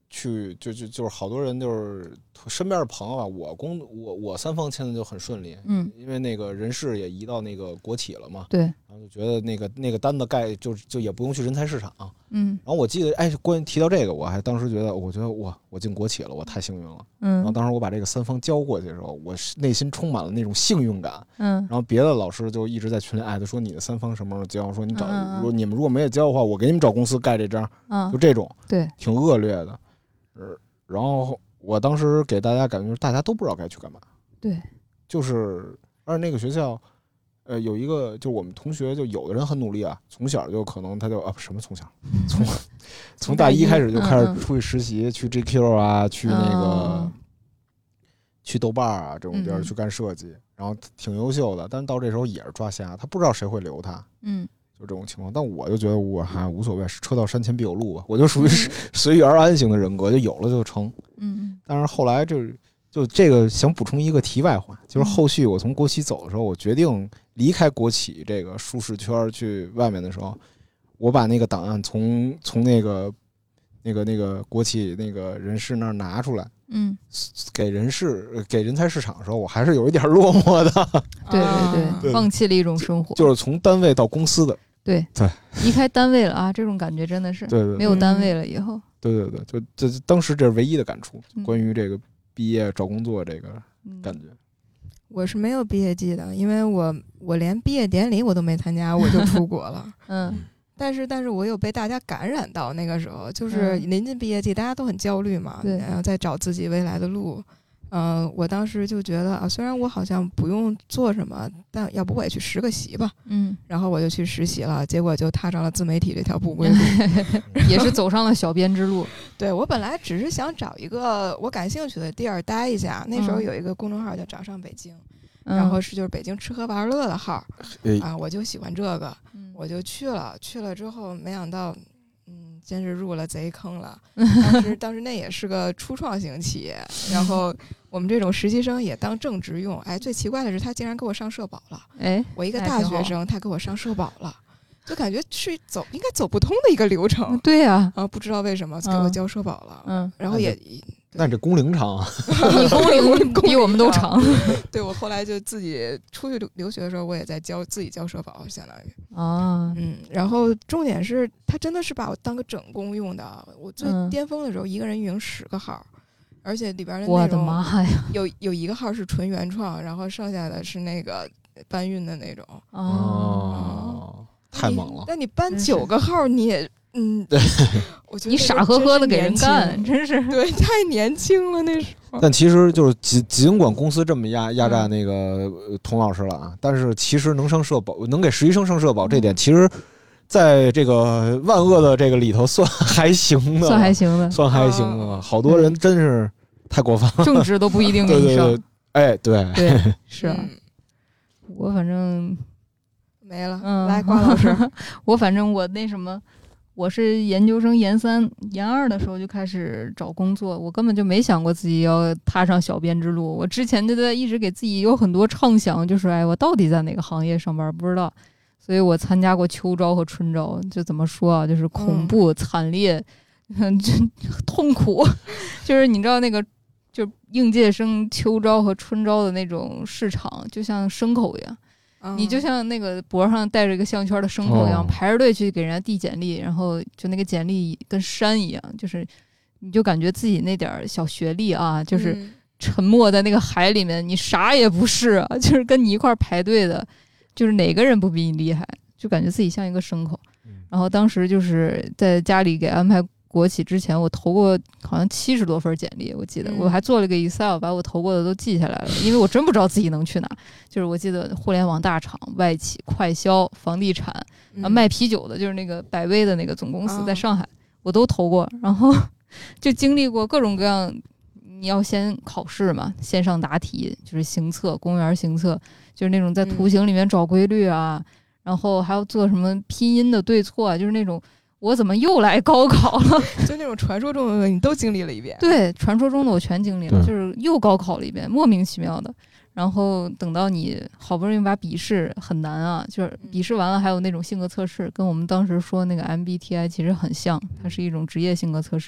B: 去就就就是好多人就是身边的朋友啊，我工我我三方签的就很顺利，
A: 嗯，
B: 因为那个人事也移到那个国企了嘛，
A: 对，
B: 然后就觉得那个那个单子盖就就也不用去人才市场，
A: 嗯，
B: 然后我记得哎，关于提到这个，我还当时觉得，我觉得哇，我进国企了，我太幸运了，嗯，然后当时我把这个三方交过去的时候，我内心充满了那种幸运感，
A: 嗯，
B: 然后别的老师就一直在群里艾特说你的三方什么时候交，说你找，嗯、如果你们如果没有交的话，我给你们找公司盖这张，嗯，就这种，
A: 对，
B: 挺恶劣的。然后我当时给大家感觉就是大家都不知道该去干嘛，
A: 对，
B: 就是而且那个学校，呃，有一个就我们同学就有的人很努力啊，从小就可能他就啊什么从小，从从大一开始就开始出去实习，嗯、去 G Q 啊，去那个、哦、去豆瓣啊这种地儿去干设计，嗯、然后挺优秀的，但是到这时候也是抓瞎，他不知道谁会留他，嗯。就这种情况，但我就觉得我还无所谓，车到山前必有路吧，我就属于随遇而安型的人格，就有了就成。嗯，但是后来就是就这个想补充一个题外话，就是后续我从国企走的时候，我决定离开国企这个舒适圈去外面的时候，我把那个档案从从那个那个那个国企那个人事那儿拿出来，嗯，给人事给人才市场的时候，我还是有一点落寞的。
A: 对对 对, 对，放弃了一种生活，
B: 就是从单位到公司的。
A: 对对，离开单位了啊，这种感觉真的是，对对，没有单位了以后，
B: 对对对，就这当时这是唯一的感触，嗯、关于这个毕业找工作这个感觉。
C: 嗯、我是没有毕业季的，因为我我连毕业典礼我都没参加，我就出国了。嗯，但是但是我有被大家感染到，那个时候就是临近毕业季，大家都很焦虑嘛，对，然后在找自己未来的路。嗯、呃，我当时就觉得啊，虽然我好像不用做什么，但要不我也去实个习吧。嗯，然后我就去实习了，结果就踏上了自媒体这条不归路，
A: 也是走上了小编之路。
C: 对，我本来只是想找一个我感兴趣的地儿待一下，那时候有一个公众号叫掌上北京，嗯、然后是就是北京吃喝玩乐的号，嗯、啊，我就喜欢这个，我就去了，去了之后没想到。嗯，真是入了贼坑了。当时，当时那也是个初创型企业，然后我们这种实习生也当正职用。哎，最奇怪的是，他竟然给我上社保了。哎，我一个大学生，他给我上社保了，就感觉是走应该走不通的一个流程。
A: 对呀、
C: 啊，啊，不知道为什么给我交社保了。嗯，然后也。
B: 那这工龄长，
A: 你工龄比我们都长。
C: 对，我后来就自己出去留学的时候，我也在交自己交社保，相当于啊，嗯。然后重点是他真的是把我当个整工用的。我最巅峰的时候，一个人运营十个号，嗯、而且里边的内容，
A: 我的妈呀，
C: 有有一个号是纯原创，然后剩下的是那个搬运的那种。
B: 哦，嗯、太猛了！
C: 那你搬九个号，你也。嗯，
B: 对，
C: 我觉得
A: 你傻呵呵的给人干，真是
C: 对，太年轻了那时候。
B: 但其实就是尽尽管公司这么压压榨那个童老师了啊，但是其实能上社保，能给实习生上社保，这点其实在这个万恶的这个里头算还行的，
A: 算还行的，
B: 算还行的。好多人真是太过分了，
A: 正职都不一定给你上。
B: 对对对，哎，对
A: 对，是啊，我反正
C: 没了。嗯，来，瓜老师，
A: 我反正我那什么。我是研究生研三、研二的时候就开始找工作，我根本就没想过自己要踏上小编之路。我之前就在一直给自己有很多畅想，就是哎，我到底在哪个行业上班不知道。所以我参加过秋招和春招，就怎么说啊，就是恐怖、惨烈、嗯、痛苦，就是你知道那个，就应届生秋招和春招的那种市场，就像牲口一样。你就像那个脖上带着一个项圈的牲口一样，哦、排着队去给人家递简历，然后就那个简历跟山一样，就是你就感觉自己那点小学历啊，就是沉没在那个海里面，你啥也不是啊，就是跟你一块排队的，就是哪个人不比你厉害，就感觉自己像一个牲口。然后当时就是在家里给安排国企之前，我投过好像七十多份简历，我记得、嗯、我还做了个 Excel， 把我投过的都记下来了，因为我真不知道自己能去哪。就是我记得互联网大厂、外企、快消、房地产、嗯、啊卖啤酒的，就是那个百威的那个总公司在上海，哦、我都投过。然后就经历过各种各样，你要先考试嘛，线上答题，就是行测、公务员行测，就是那种在图形里面找规律啊，嗯、然后还要做什么拼音的对错啊，就是那种。我怎么又来高考了？
C: 就那种传说中的你都经历了一遍。
A: 对，传说中的我全经历了，就是又高考了一遍，莫名其妙的。然后等到你好不容易把笔试很难啊，就是笔试完了还有那种性格测试，跟我们当时说那个 M B T I 其实很像，它是一种职业性格测试。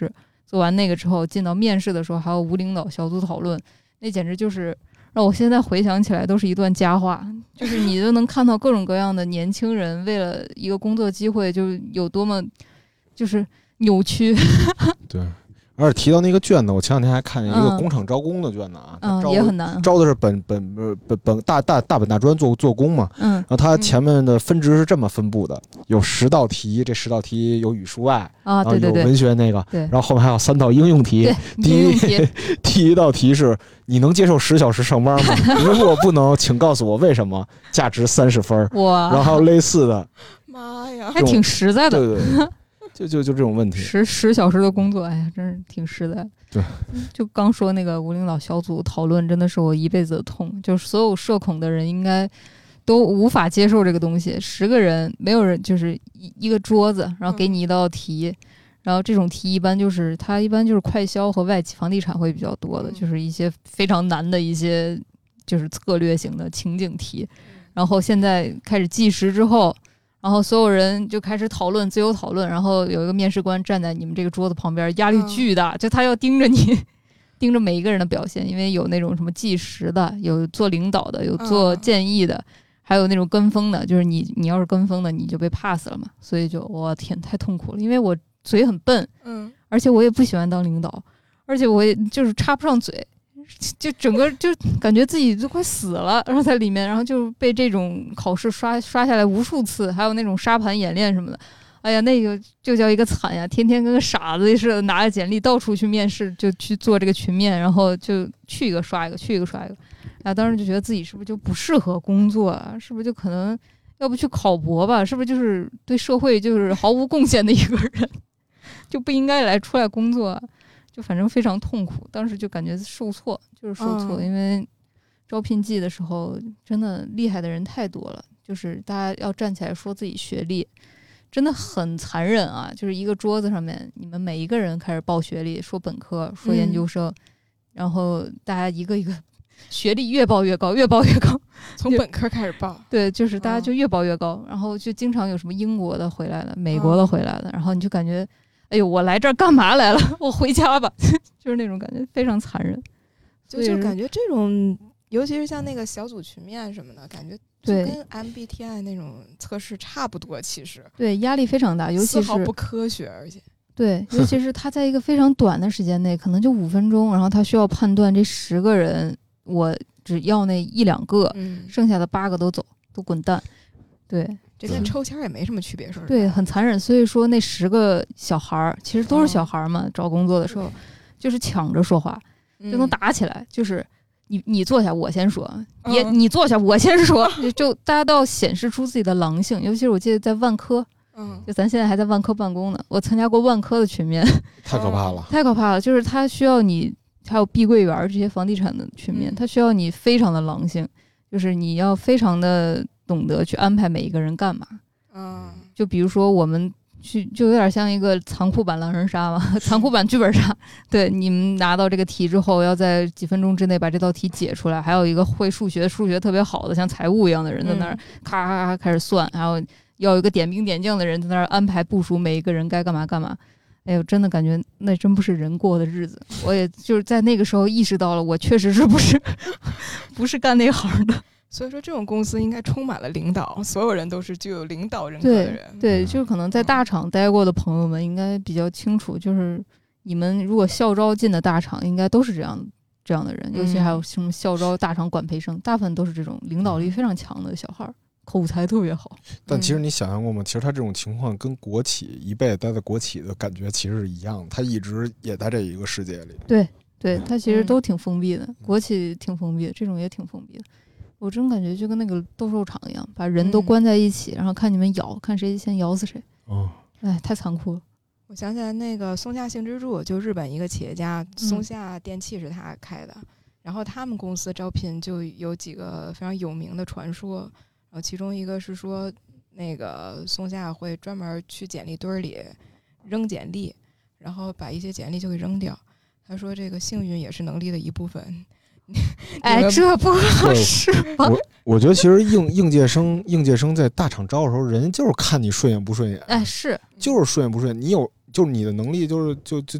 A: 做完那个之后，进到面试的时候还有无领导小组讨论，那简直就是让我现在回想起来都是一段佳话。就是你就能看到各种各样的年轻人为了一个工作机会，就有多么就是扭曲。
B: 对。而且提到那个卷子，我前两天还看见一个工厂招工的卷子啊，
A: 嗯，
B: 招
A: 也很难，
B: 招的是本本本本大大大本大专做做工嘛，
A: 嗯，
B: 然后它前面的分值是这么分布的，有十道题，这十道题有语数外
A: 啊，对对对，
B: 有文学那个，
A: 对，
B: 然后后面还有三道应用题，第一第一道题是你能接受十小时上班吗？如果不能，请告诉我为什么，价值三十分。
A: 哇，
B: 然后还有类似的，
C: 妈呀，
A: 还挺实在的，
B: 对对对。就就就这种问题，
A: 十十小时的工作，哎呀，真是挺实在。
B: 对，
A: 就刚说那个无领导小组讨论，真的是我一辈子的痛。就是所有社恐的人应该都无法接受这个东西。十个人，没有人就是一一个桌子，然后给你一道题，嗯、然后这种题一般就是它一般就是快销和外企房地产会比较多的，嗯、就是一些非常难的一些就是策略型的情景题。然后现在开始计时之后。然后所有人就开始讨论，自由讨论。然后有一个面试官站在你们这个桌子旁边，压力巨大，就他要盯着你，盯着每一个人的表现，因为有那种什么计时的，有做领导的，有做建议的，还有那种跟风的，就是你你要是跟风的，你就被 pass 了嘛。所以就我天，太痛苦了，因为我嘴很笨，
C: 嗯，
A: 而且我也不喜欢当领导，而且我也就是插不上嘴。就整个就感觉自己都快死了，然后在里面，然后就被这种考试刷刷下来无数次，还有那种沙盘演练什么的，哎呀，那个就叫一个惨呀！天天跟个傻子似的，拿着简历到处去面试，就去做这个群面，然后就去一个刷一个，去一个刷一个。啊，当时就觉得自己是不是就不适合工作啊？是不是就可能要不去考博吧？是不是就是对社会就是毫无贡献的一个人，就不应该来出来工作啊？就反正非常痛苦，当时就感觉受挫，就是受挫，嗯、因为招聘季的时候真的厉害的人太多了，就是大家要站起来说自己学历，真的很残忍啊！就是一个桌子上面，你们每一个人开始报学历，说本科，说研究生，嗯、然后大家一个一个学历越报越高，越报越高，
C: 从本科开始报，
A: 对，就是大家就越报越高，然后就经常有什么英国的回来了，美国的回来了，然后你就感觉。哎呦，我来这儿干嘛来了？我回家吧，就是那种感觉，非常残忍。
C: 就就感觉这种，尤其是像那个小组群面什么的，感觉就跟 M B T I 那种测试差不多。其实
A: 对，压力非常大，尤其是
C: 丝毫不科学，而且
A: 对，尤其是他在一个非常短的时间内，可能就五分钟，然后他需要判断这十个人，我只要那一两个，
C: 嗯、
A: 剩下的八个都走，都滚蛋。对。
C: 这跟抽签也没什么区别，是吧？
A: 对，很残忍。所以说，那十个小孩儿其实都是小孩儿嘛，哦、找工作的时候就是抢着说话，就能打起来。嗯、就是你你坐下，我先说；别、嗯、你坐下，我先说。就大家都要显示出自己的狼性。尤其是我记得在万科，
C: 嗯，
A: 就咱现在还在万科办公呢，我参加过万科的群面，
B: 太可怕了，
A: 太可怕了。就是他需要你，还有碧桂园这些房地产的群面，他、嗯、需要你非常的狼性，就是你要非常的。懂得去安排每一个人干嘛，
C: 嗯，
A: 就比如说我们去，就有点像一个残酷版狼人杀嘛，残酷版剧本杀。对，你们拿到这个题之后，要在几分钟之内把这道题解出来。还有一个会数学、数学特别好的，像财务一样的人在那儿咔咔咔开始算，还有要有一个点兵点将的人在那儿安排部署每一个人该干嘛干嘛。哎呦，真的感觉那真不是人过的日子。我也就是在那个时候意识到了，我确实是不是不是干那行的。
C: 所以说，这种公司应该充满了领导，所有人都是具有领导人格的人。
A: 对，对，就是可能在大厂待过的朋友们应该比较清楚，就是你们如果校招进的大厂，应该都是这样这样的人，尤其还有什么校招大厂管培生，大部分都是这种领导力非常强的小孩，口才特别好。
B: 但其实你想象过吗？其实他这种情况跟国企一辈子待在国企的感觉其实是一样的，他一直也在这一个世界里。
A: 对，对，他其实都挺封闭的，国企挺封闭的，这种也挺封闭的。我真感觉就跟那个斗兽场一样，把人都关在一起，嗯、然后看你们咬，看谁先咬死谁。
B: 哦，
A: 哎，太残酷了。
C: 我想起来那个松下幸之助，就日本一个企业家，松下电器是他开的，嗯、然后他们公司招聘就有几个非常有名的传说，然后其中一个是说，那个松下会专门去简历堆里扔简历，然后把一些简历就给扔掉。他说这个幸运也是能力的一部分。
A: 哎，这不合适吧？
B: 我我觉得其实应应届生应届生在大厂招的时候，人家就是看你顺眼不顺眼。
A: 哎，是，
B: 就是顺眼不顺眼。你有就是你的能力，就是就就就是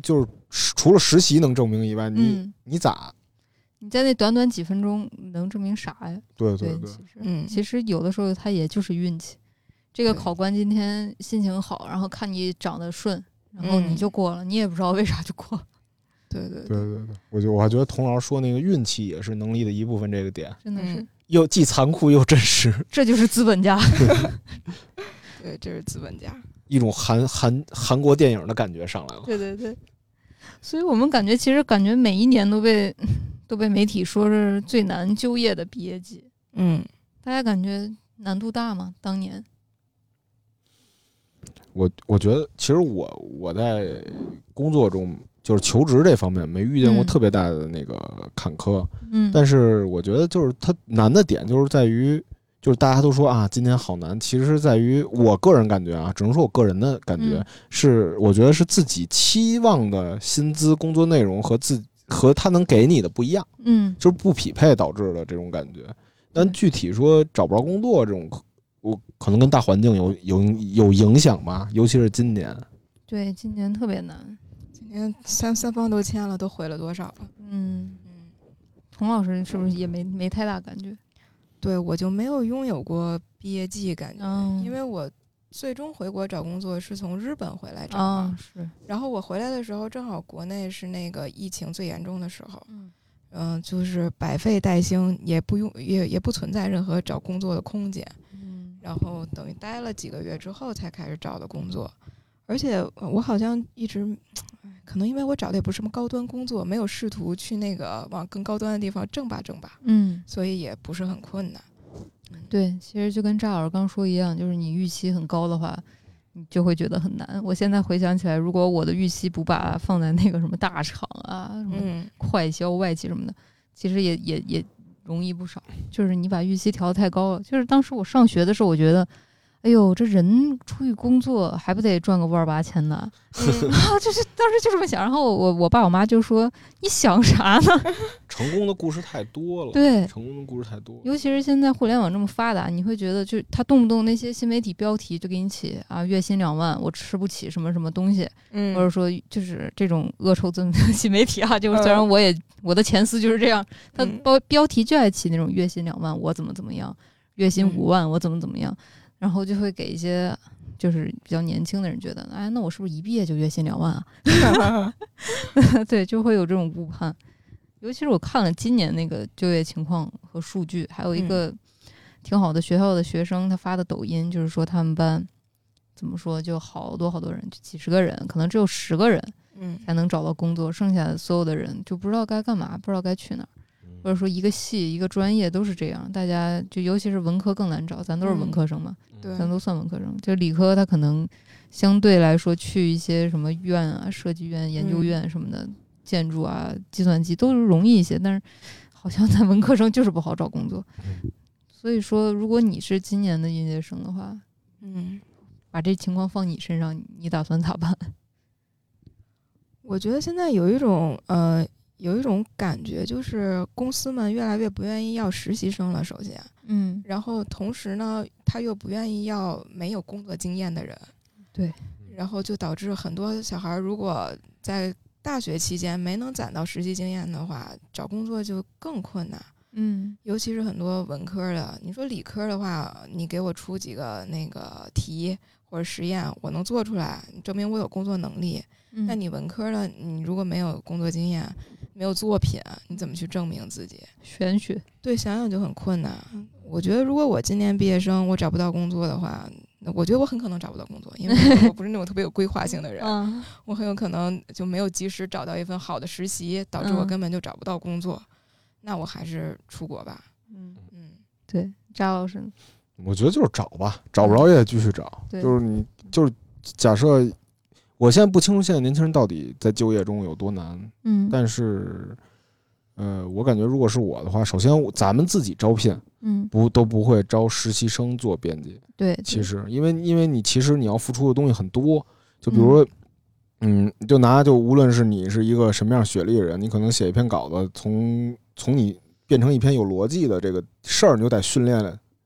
B: 除了实习能证明以外，你、
A: 嗯、
B: 你咋？
A: 你在那短短几分钟能证明啥呀？
B: 对对 对, 对，
A: 其实，
C: 嗯，
A: 其实有的时候他也就是运气。这个考官今天心情好，然后看你长得顺，然后你就过了，嗯、你也不知道为啥就过了。
C: 对对
B: 对对对，我就我还觉得童老师说那个运气也是能力的一部分，这个点
A: 真的是、
C: 嗯、
B: 又既残酷又真实，
A: 这就是资本家。
C: 对，这是资本家，
B: 一种韩韩韩国电影的感觉上来了。
A: 对对对，所以我们感觉其实感觉每一年都被都被媒体说是最难就业的毕业季。
C: 嗯，
A: 大家感觉难度大吗？当年？
B: 我我觉得其实我我在工作中就是求职这方面没遇见过特别大的那个坎坷，
A: 嗯，
B: 但是我觉得就是它难的点就是在于，就是大家都说啊今年好难，其实是在于我个人感觉啊，只能说我个人的感觉、嗯、是，我觉得是自己期望的薪资工作内容和自和他能给你的不一样，
A: 嗯，
B: 就是不匹配导致的这种感觉。但具体说找不着工作这种。我可能跟大环境有有有影响吧，尤其是今年。
A: 对，今年特别难。
C: 今年三三方都签了，都回了多少了？
A: 嗯嗯。童老师是不是也没没太大感觉？
C: 对，我就没有拥有过毕业季感觉，
A: 嗯、
C: 因为我最终回国找工作是从日本回来找的、
A: 哦。是。
C: 然后我回来的时候，正好国内是那个疫情最严重的时候。
A: 嗯。
C: 嗯、呃，就是百废待兴，也不用也也不存在任何找工作的空间。然后等于待了几个月之后才开始找的工作，而且我好像一直，可能因为我找的也不是什么高端工作，没有试图去那个往更高端的地方挣吧挣吧，
A: 嗯，
C: 所以也不是很困难。
A: 对，其实就跟赵老师刚说一样，就是你预期很高的话，你就会觉得很难。我现在回想起来，如果我的预期不把放在那个什么大厂啊、什么快销、外企什么的，其实也也也。容易不少，就是你把预期调得太高了。就是当时我上学的时候，我觉得，哎呦，这人出去工作还不得赚个万儿八千呢？嗯、啊，就是当时就这么想。然后我我爸我妈就说：“你想啥呢？”
B: 成功的故事太多了，
A: 对，
B: 成功的故事太多了。
A: 尤其是现在互联网这么发达，你会觉得，就他动不动那些新媒体标题就给你起啊，月薪两万，我吃不起什么什么东西，
C: 嗯，
A: 或者说就是这种恶臭自新媒体啊，就是虽然我也。嗯我的前司就是这样，他标标题就爱起那种月薪两万我怎么怎么样，月薪五万我怎么怎么样，然后就会给一些就是比较年轻的人觉得，哎，那我是不是一毕业就月薪两万啊？对，就会有这种误判。尤其是我看了今年那个就业情况和数据，还有一个挺好的学校的学生他发的抖音，就是说他们班怎么说就好多好多人，就几十个人，可能只有十个人。
C: 嗯，
A: 才能找到工作，剩下的所有的人就不知道该干嘛，不知道该去哪儿，或者说一个系一个专业都是这样，大家就尤其是文科更难找，咱都是文科生嘛，
C: 对、嗯，
A: 咱都算文科生，就理科他可能相对来说去一些什么院啊、设计院、研究院什么的，嗯、建筑啊、计算机都容易一些，但是好像咱文科生就是不好找工作。所以说，如果你是今年的应届生的话，
C: 嗯，
A: 把这情况放你身上，你打算咋办？
C: 我觉得现在有一种呃，有一种感觉，就是公司们越来越不愿意要实习生了。首先，
A: 嗯，
C: 然后同时呢，他又不愿意要没有工作经验的人，
A: 对，
C: 然后就导致很多小孩如果在大学期间没能攒到实习经验的话，找工作就更困难。
A: 嗯，
C: 尤其是很多文科的，你说理科的话，你给我出几个那个题或者实验，我能做出来，证明我有工作能力。
A: 嗯、
C: 那你文科的，你如果没有工作经验，没有作品，你怎么去证明自己？
A: 玄学，
C: 对，想想就很困难。我觉得如果我今年毕业生，我找不到工作的话，我觉得我很可能找不到工作，因为我不是那种特别有规划性的人，
A: 嗯、
C: 我很有可能就没有及时找到一份好的实习，导致我根本就找不到工作。嗯、那我还是出国吧。
A: 嗯
C: 嗯，
A: 对，扎老师，
B: 我觉得就是找吧，找不着也得继续找。
A: 嗯、
B: 就是你就是假设。我现在不清楚现在年轻人到底在就业中有多难，
A: 嗯，
B: 但是，呃，我感觉如果是我的话，首先咱们自己招聘，
A: 嗯，
B: 不都不会招实习生做编辑，
A: 对，
B: 其实因为因为你其实你要付出的东西很多，就比如说，嗯，嗯就拿就无论是你是一个什么样学历的人，你可能写一篇稿子，从从你变成一篇有逻辑的这个事儿，你就得训练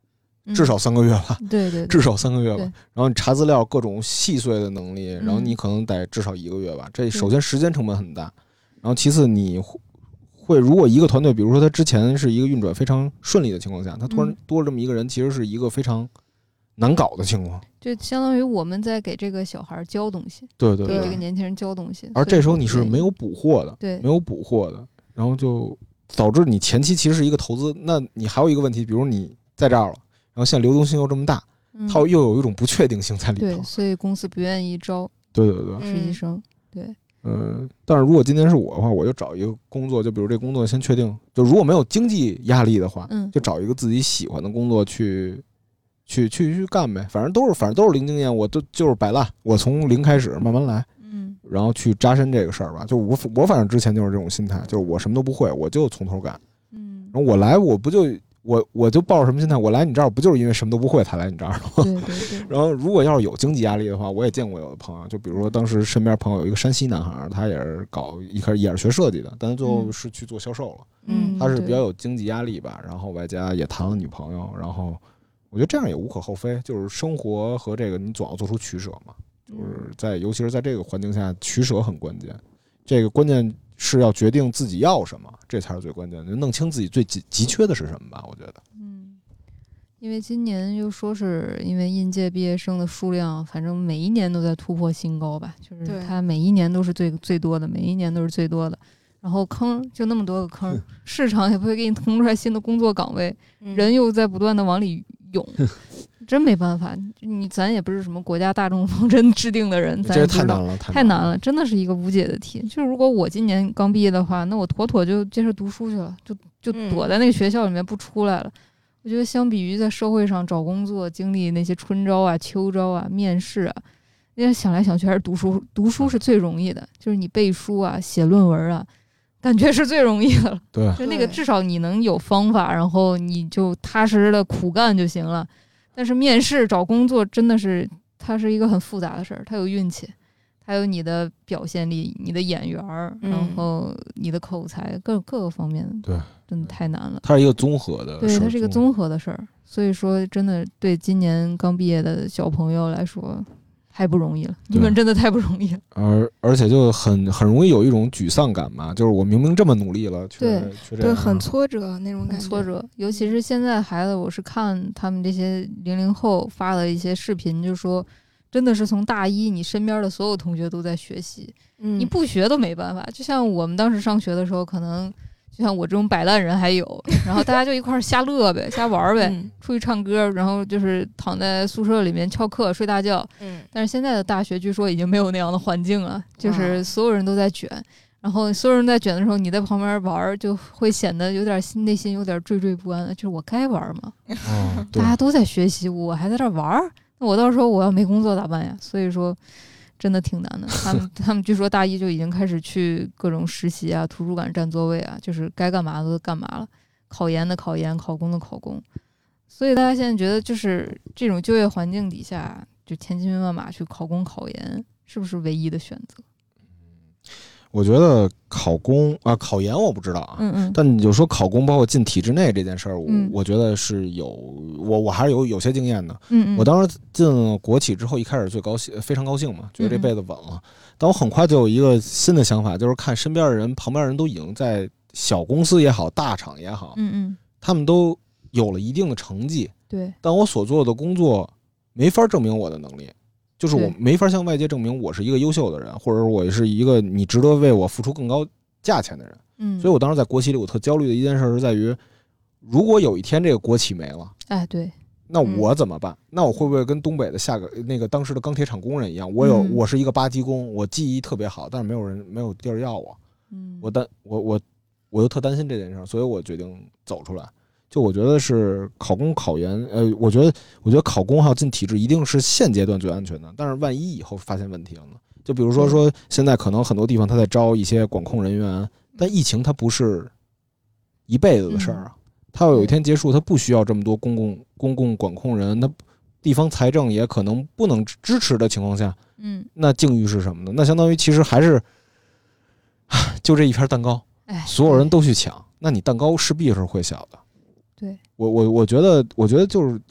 B: 至少三个月吧，
A: 嗯、对, 对对，
B: 至少三个月吧。然后你查资料各种细碎的能力，然后你可能得至少一个月吧。这首先时间成本很大，然后其次你会如果一个团队，比如说他之前是一个运转非常顺利的情况下，他突然多了这么一个人，其实是一个非常难搞的情况。
A: 就相当于我们在给这个小孩教东西，
B: 对对对，
A: 给这个年轻人教东西。
B: 而这时候你是没有补货的，
A: 对，
B: 没有补货的，然后就导致你前期其实是一个投资。那你还有一个问题，比如你在这儿了，然后现在流动性又这么大，嗯、它又有一种不确定性在里头。
A: 对，所以公司不愿意招。
B: 对对对，
A: 实习生，对。
B: 呃，但是如果今天是我的话，我就找一个工作，就比如这工作先确定，就如果没有经济压力的话，
A: 嗯，
B: 就找一个自己喜欢的工作去，去去去干呗。反正都是反正都是零经验，我都就是摆烂，我从零开始慢慢来，
A: 嗯，
B: 然后去扎深这个事儿吧。就我我反正之前就是这种心态，就是我什么都不会，我就从头干，
A: 嗯，
B: 然后我来我不就。我我就抱着什么心态？我来你这儿不就是因为什么都不会才来你这儿吗？
A: 对对对。
B: 然后如果要是有经济压力的话，我也见过有的朋友，就比如说当时身边朋友有一个山西男孩，他也是搞一开始也是学设计的，但他最后是去做销售了。
A: 嗯，
B: 他是比较有经济压力吧，然后外加也谈了女朋友，然后我觉得这样也无可厚非，就是生活和这个你总要做出取舍嘛，就是在尤其是在这个环境下，取舍很关键。这个关键是要决定自己要什么，这才是最关键的，弄清自己最急急缺的是什么吧，我觉得。
A: 嗯，因为今年又说是因为应届毕业生的数量，反正每一年都在突破新高吧，就是它每一年都是最最多的，每一年都是最多的。然后坑就那么多个坑，市场也不会给你腾出来新的工作岗位，
C: 嗯、
A: 人又在不断的往里涌。真没办法，你咱也不是什么国家大众方针制定的人，咱也不知道，
B: 太难了，
A: 太难了，真的是一个无解的题。就是如果我今年刚毕业的话，那我妥妥就接着读书去了，就就躲在那个学校里面不出来了。嗯、我觉得相比于在社会上找工作，经历那些春招啊、秋招啊、面试啊，因为想来想去还是读书，读书是最容易的，就是你背书啊、写论文啊，感觉是最容易的了。
B: 对，
A: 就那个至少你能有方法，然后你就踏实的苦干就行了。但是面试找工作真的是，它是一个很复杂的事儿，它有运气，它有你的表现力、你的眼缘儿，
C: 嗯、
A: 然后你的口才，各各个方面，
B: 对，
A: 真的太难了。
B: 它是一个综合的，
A: 对，它是一个综合的事儿。所以说，真的对今年刚毕业的小朋友来说，太不容易了，你们真的太不容易了。
B: 而而且就很很容易有一种沮丧感嘛，就是我明明这么努力了，
A: 对
C: 对，很挫折那种感觉。
A: 挫折，尤其是现在孩子，我是看他们这些零零后发的一些视频，就说真的是从大一，你身边的所有同学都在学习，
C: 嗯、
A: 你不学都没办法。就像我们当时上学的时候，可能就像我这种摆烂人还有，然后大家就一块瞎乐呗，瞎玩呗，
C: 嗯、
A: 出去唱歌，然后就是躺在宿舍里面翘课睡大觉。
C: 嗯，
A: 但是现在的大学据说已经没有那样的环境了，就是所有人都在卷，然后所有人在卷的时候，你在旁边玩，就会显得有点内心有点惴惴不安的，就是我该玩吗？
B: 哦、
A: 大家都在学习，我还在这玩，那我到时候我要没工作咋办呀？所以说。真的挺难的，他们他们据说大一就已经开始去各种实习啊、图书馆占座位啊，就是该干嘛都干嘛了，考研的考研，考公的考公。所以大家现在觉得，就是这种就业环境底下，就千军万马去考公考研，是不是唯一的选择？
B: 我觉得考公啊，考研我不知道啊，
A: 嗯嗯，
B: 但你就说考公，包括进体制内这件事儿，我、
A: 嗯、
B: 我觉得是有我我还是有有些经验的。
A: 嗯嗯，
B: 我当时进国企之后，一开始最高兴，非常高兴嘛，觉得这辈子稳了。嗯、但我很快就有一个新的想法，就是看身边的人，旁边人都已经在小公司也好，大厂也好，
A: 嗯嗯，
B: 他们都有了一定的成绩，
A: 对，
B: 但我所做的工作没法证明我的能力。就是我没法向外界证明我是一个优秀的人，或者我是一个你值得为我付出更高价钱的人。
A: 嗯，
B: 所以我当时在国企里，我特焦虑的一件事是在于，如果有一天这个国企没了，
A: 哎，对，
B: 那我怎么办？嗯、那我会不会跟东北的下个那个当时的钢铁厂工人一样？我有、嗯、我是一个八级工，我技艺特别好，但是没有人没有地儿要我。
A: 嗯，
B: 我担我我我又特担心这件事，所以我决定走出来。就我觉得是考公考研，呃，我觉得我觉得考公还有进体制一定是现阶段最安全的，但是万一以后发现问题了呢？就比如说说现在可能很多地方他在招一些管控人员，但疫情它不是一辈子的事儿啊，它要有一天结束，它不需要这么多公共公共管控人，它地方财政也可能不能支持的情况下，
A: 嗯，
B: 那境遇是什么呢？那相当于其实还是就这一片蛋糕，所有人都去抢，那你蛋糕势必是会小的。
A: 对，
B: 我我我觉得，我觉得就是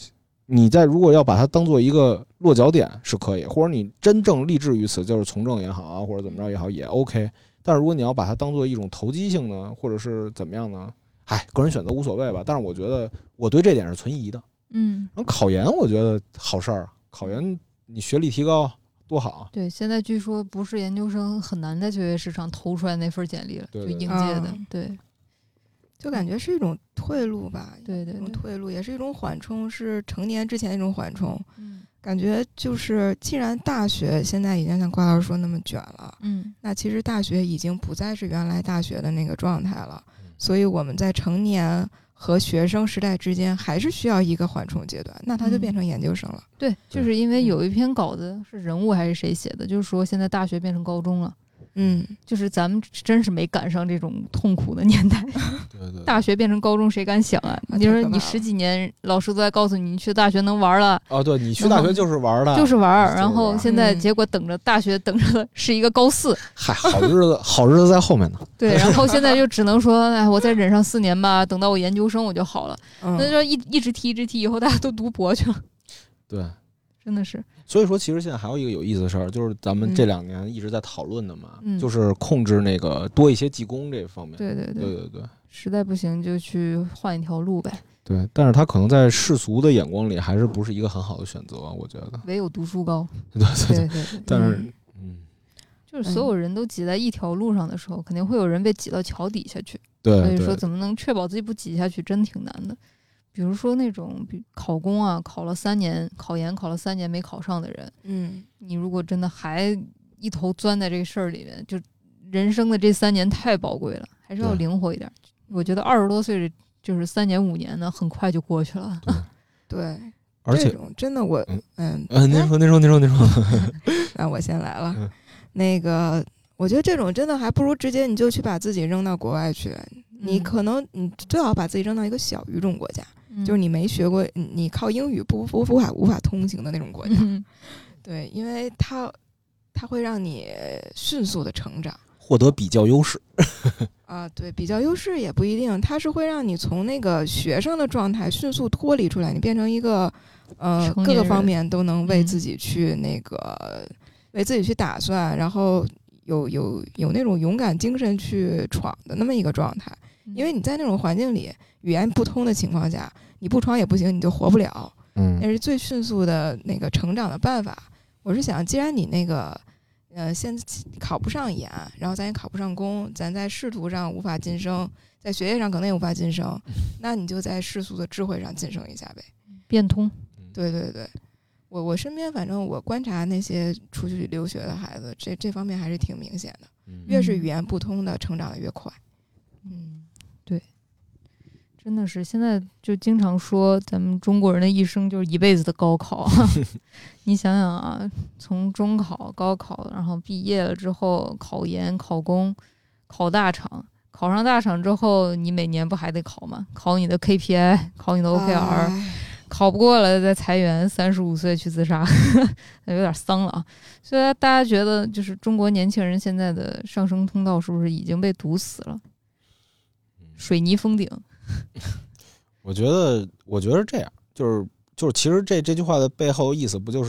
B: 你在如果要把它当做一个落脚点是可以，或者你真正立志于此，就是从政也好啊，或者怎么着也好也 OK。但是如果你要把它当做一种投机性呢，或者是怎么样呢？哎，个人选择无所谓吧。但是我觉得我对这点是存疑的。
A: 嗯，
B: 然后考研我觉得好事儿，考研你学历提高多好。
A: 对，现在据说不是研究生很难在就业市场投出来那份简历了，
B: 对对对
A: 就应届的，
C: 嗯、
A: 对，
C: 就感觉是一种退路吧。
A: 对对对，
C: 一种退路也是一种缓冲，是成年之前的一种缓冲。
A: 嗯，
C: 感觉就是既然大学现在已经像瓜老师说那么卷了，
A: 嗯，
C: 那其实大学已经不再是原来大学的那个状态了。所以我们在成年和学生时代之间还是需要一个缓冲阶段，那它就变成研究生了。
A: 嗯、对，就是因为有一篇稿子是人物还是谁写的，就是说现在大学变成高中了。
C: 嗯，
A: 就是咱们真是没赶上这种痛苦的年代。
B: 对对，
A: 大学变成高中，谁敢想啊？你说你十几年，老师都在告诉你，你去大学能玩了。
B: 哦，对，你去大学就是玩的，
A: 就是玩。
B: 就是、
A: 然后现在结果等着大学，等着的是一个高四。
B: 嗨，好日子，好日子在后面呢。
A: 对，然后现在就只能说，哎，我再忍上四年吧，等到我研究生我就好了。
C: 嗯、
A: 那就一一直踢，一直踢，以后大家都读博去了。
B: 对。
A: 真的是，
B: 所以说其实现在还有一个有意思的事儿，就是咱们这两年一直在讨论的嘛，
A: 嗯、
B: 就是控制那个多一些技工这方面。
A: 对对对
B: 对对对，
A: 实在不行就去换一条路呗。
B: 对，但是他可能在世俗的眼光里还是不是一个很好的选择，我觉得。
A: 唯有读书高。
B: 对对
A: 对对对。
B: 但是，嗯，
A: 就是所有人都挤在一条路上的时候，肯定会有人被挤到桥底下去。
B: 对。
A: 所以说，怎么能确保自己不挤下去，真挺难的。比如说那种考公啊，考了三年，考研考了三年没考上的人，
C: 嗯，
A: 你如果真的还一头钻在这个事儿里面，就人生的这三年太宝贵了，还是要灵活一点。我觉得二十多岁就是三年五年呢，很快就过去了。
C: 对，
B: 而且
C: 这种真的我，嗯
B: 嗯、呃，您说您说您说您说，
C: 那我先来了。那个，我觉得这种真的还不如直接你就去把自己扔到国外去。你可能你最好把自己扔到一个小语种国家。就是你没学过，你靠英语不不无法无法通行的那种国家，
A: 嗯、
C: 对，因为它它会让你迅速的成长，
B: 获得比较优势。
C: 啊，对，比较优势也不一定，它是会让你从那个学生的状态迅速脱离出来，你变成一个呃各个方面都能为自己去那个、嗯、为自己去打算，然后有有有那种勇敢精神去闯的那么一个状态。因为你在那种环境里，语言不通的情况下，你不闯也不行，你就活不了。
B: 嗯，
C: 那是最迅速的那个成长的办法。我是想，既然你那个，呃，现在考不上研，然后咱也考不上公，咱在仕途上无法晋升，在学业上可能也无法晋升，那你就在世俗的智慧上晋升一下呗，
A: 变通。
C: 对对对，我我身边反正我观察那些出去留学的孩子，这这方面还是挺明显的。越是语言不通的，成长的越快。
A: 嗯。对，真的是现在就经常说咱们中国人的一生就是一辈子的高考。你想想啊，从中考、高考，然后毕业了之后考研、考公、考大厂，考上大厂之后，你每年不还得考吗？考你的 K P I， 考你的 O K R，、哎、考不过了再裁员，三十五岁去自杀，有点丧了啊。所以大家觉得，就是中国年轻人现在的上升通道是不是已经被堵死了？水泥封顶。
B: 我觉得，我觉得这样，就是就是，其实这这句话的背后意思不就是，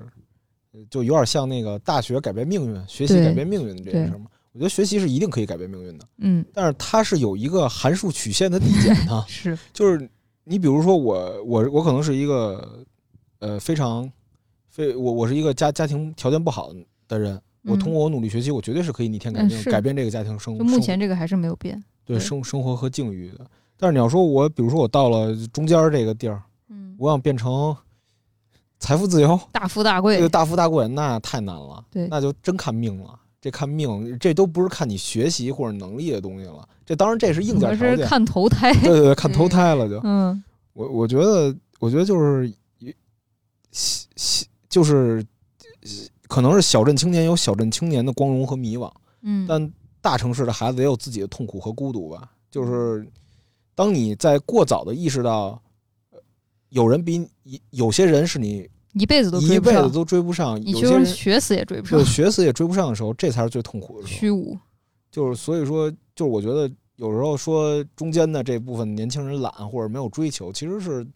B: 就有点像那个大学改变命运，学习改变命运的这件事吗？我觉得学习是一定可以改变命运的，
A: 嗯，
B: 但是它是有一个函数曲线的递减的，
A: 是，
B: 就是你比如说我我我可能是一个呃非常非我我是一个家家庭条件不好的人，我通过我努力学习，我绝对是可以逆天改命、嗯、改变这个家庭生活。
A: 就目前这个还是没有变。
B: 对生生活和境遇的，但是你要说我，比如说我到了中间这个地儿，
A: 嗯，
B: 我想变成财富自由、
A: 大富大贵，
B: 这个大富大贵那太难了，
A: 对，
B: 那就真看命了。这看命，这都不是看你学习或者能力的东西了，这当然这是硬件条件，
A: 是看投胎，
B: 对对对，看投胎了就。
A: 嗯，
B: 我我觉得，我觉得就是，就是可能是小镇青年有小镇青年的光荣和迷惘，
A: 嗯，
B: 但大城市的孩子也有自己的痛苦和孤独吧。就是当你在过早的意识到，有人比你，有些人是你
A: 一辈子都追
B: 不上，一辈子都追不上，
A: 你就是学死也追不上，
B: 对，学死也追不上的时候，这才是最痛苦的时候。
A: 虚无。
B: 就是所以说，就是我觉得有时候说中间的这部分年轻人懒或者没有追求，其实是大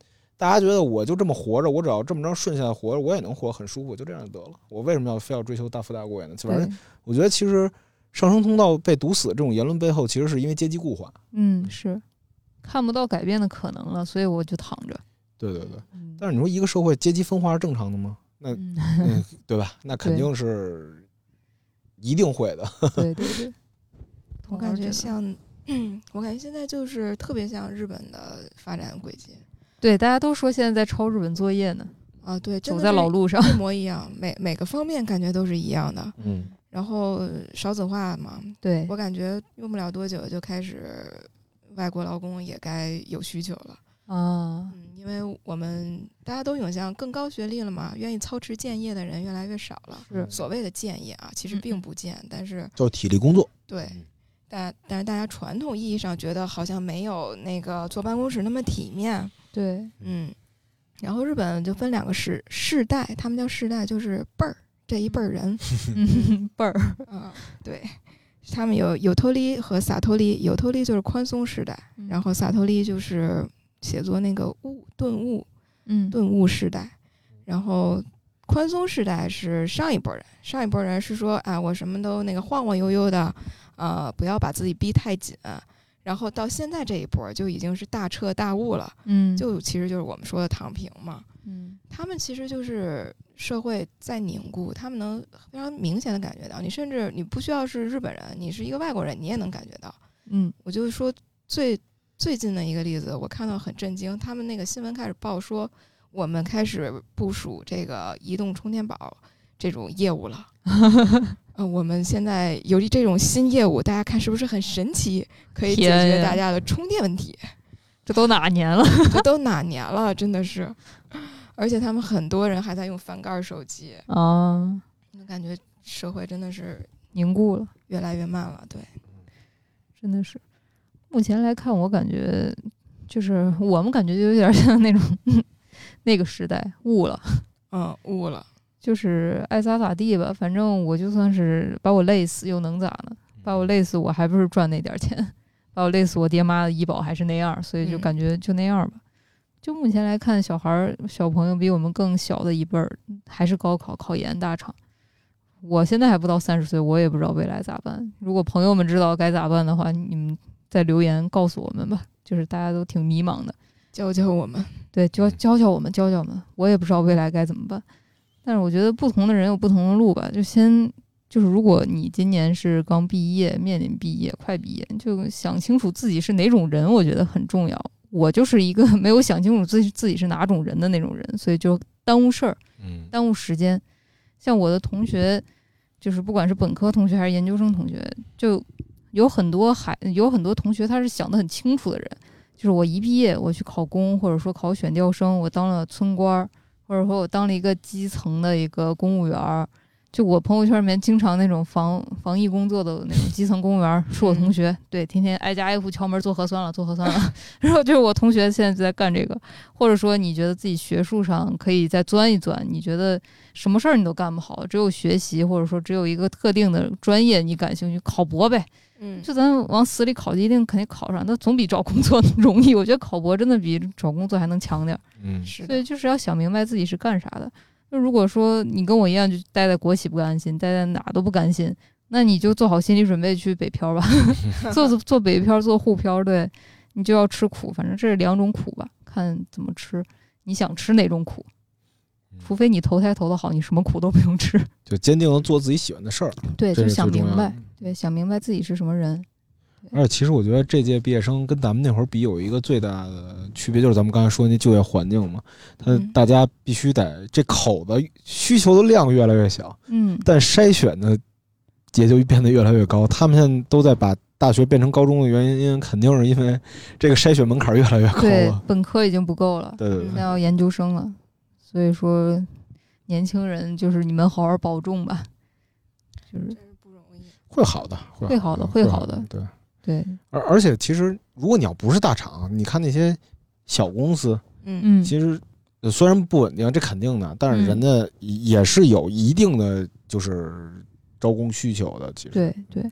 B: 大家觉得我就这么活着，我只要这么着顺下来活着，我也能活得很舒服，就这样就得了。我为什么要非要追求大富大贵呢？反正我觉得其实上升通道被堵死这种言论背后，其实是因为阶级固化。
A: 嗯，是看不到改变的可能了，所以我就躺着。
B: 对对对，嗯、但是你说一个社会阶级分化是正常的吗？那、嗯嗯、对吧？那肯定是一定会的。
A: 对对对，
C: 我感觉像，嗯，我感觉现在就是特别像日本的发展轨迹。
A: 对，大家都说现在在抄日本作业呢。
C: 啊，对，
A: 走在老路上，
C: 一模一样，每每个方面感觉都是一样的。
B: 嗯，
C: 然后少子化嘛，
A: 对，
C: 我感觉用不了多久就开始外国劳工也该有需求了
A: 啊。
C: 嗯，因为我们大家都涌向更高学历了嘛，愿意操持建业的人越来越少了。
A: 是
C: 所谓的建业啊，其实并不建，嗯、但是
B: 就是体力工作。
C: 对。但但是大家传统意义上觉得好像没有那个坐办公室那么体面。
A: 对，
C: 嗯。然后日本就分两个世世代，他们叫世代，就是辈儿这一辈儿人，
A: 嗯、辈儿
C: 啊，对，他们有有托利和萨托利，有托利就是宽松世代，
A: 嗯、
C: 然后萨托利就是写作那个悟顿悟，
A: 嗯，
C: 顿悟世代，然后宽松世代是上一波人，上一波人是说啊，我什么都那个晃晃悠悠的，呃，不要把自己逼太紧。然后到现在这一波就已经是大彻大悟了，
A: 嗯，
C: 就其实就是我们说的躺平嘛，
A: 嗯，
C: 他们其实就是社会在凝固，他们能非常明显的感觉到，你甚至你不需要是日本人，你是一个外国人，你也能感觉到，
A: 嗯，
C: 我就是说最最近的一个例子，我看到很震惊，他们那个新闻开始报说，我们开始部署这个移动充电宝这种业务了。呃，我们现在有这种新业务，大家看是不是很神奇？可以解决大家的充电问题。
A: 这都哪年了？
C: 这都哪年了？真的是，而且他们很多人还在用翻盖手机
A: 啊，
C: 感觉社会真的是
A: 凝固了，
C: 越来越慢了。对，
A: 真的是。目前来看，我感觉就是我们感觉就有点像那种那个时代悟了，
C: 嗯，悟了。
A: 就是爱咋咋地吧，反正我就算是把我累死又能咋呢？把我累死我还不是赚那点钱，把我累死我爹妈的医保还是那样，所以就感觉就那样吧。嗯、就目前来看，小孩小朋友比我们更小的一辈儿还是高考考研大厂。我现在还不到三十岁，我也不知道未来咋办。如果朋友们知道该咋办的话，你们在留言告诉我们吧。就是大家都挺迷茫的，
C: 教教我们，
A: 对，教教教我们，教教我们。我也不知道未来该怎么办。但是我觉得不同的人有不同的路吧，就先就是如果你今年是刚毕业，面临毕业，快毕业，就想清楚自己是哪种人，我觉得很重要。我就是一个没有想清楚自己自己是哪种人的那种人，所以就耽误事儿，耽误时间。像我的同学，就是不管是本科同学还是研究生同学，就有很多还有很多同学他是想得很清楚的人，就是我一毕业我去考公，或者说考选调生，我当了村官，或者说我当了一个基层的一个公务员，就我朋友圈里面经常那种防防疫工作的那种基层公务员是我同学，嗯、对，天天挨家挨户敲门做核酸了，做核酸了。然后就是我同学现在就在干这个，或者说你觉得自己学术上可以再钻一钻，你觉得什么事儿你都干不好，只有学习或者说只有一个特定的专业你感兴趣，考博呗。
C: 嗯，
A: 就咱往死里考，一定肯定考上，那总比找工作容易。我觉得考博真的比找工作还能强点。
B: 嗯，
C: 是的。
A: 所以就是要想明白自己是干啥的。就如果说你跟我一样，就待在国企不甘心，待在哪都不甘心，那你就做好心理准备去北漂吧，做做北漂，做沪漂，对，你就要吃苦，反正这是两种苦吧，看怎么吃，你想吃哪种苦。除非你投胎投得好，你什么苦都不用吃，
B: 就坚定的做自己喜欢的事儿。
A: 对，就想明白，对，想明白自己是什么人。
B: 而且其实我觉得这届毕业生跟咱们那会儿比有一个最大的区别，就是咱们刚才说那就业环境嘛，他大家必须得这口子需求的量越来越小，
A: 嗯，
B: 但筛选的也就变得越来越高。他们现在都在把大学变成高中的原因，肯定是因为这个筛选门槛越来越高了。
A: 对，本科已经不够了，
B: 对对对，
A: 现在要研究生了。所以说，年轻人就是你们好好保重吧，就是
C: 不容易，
B: 会好的，
A: 会好的，会好的，
B: 对
A: 对。
B: 而而且其实，如果你要不是大厂，你看那些小公司，
A: 嗯，
B: 其实虽然不稳定，这肯定的，但是人家也是有一定的就是招工需求的。其实，
A: 对对，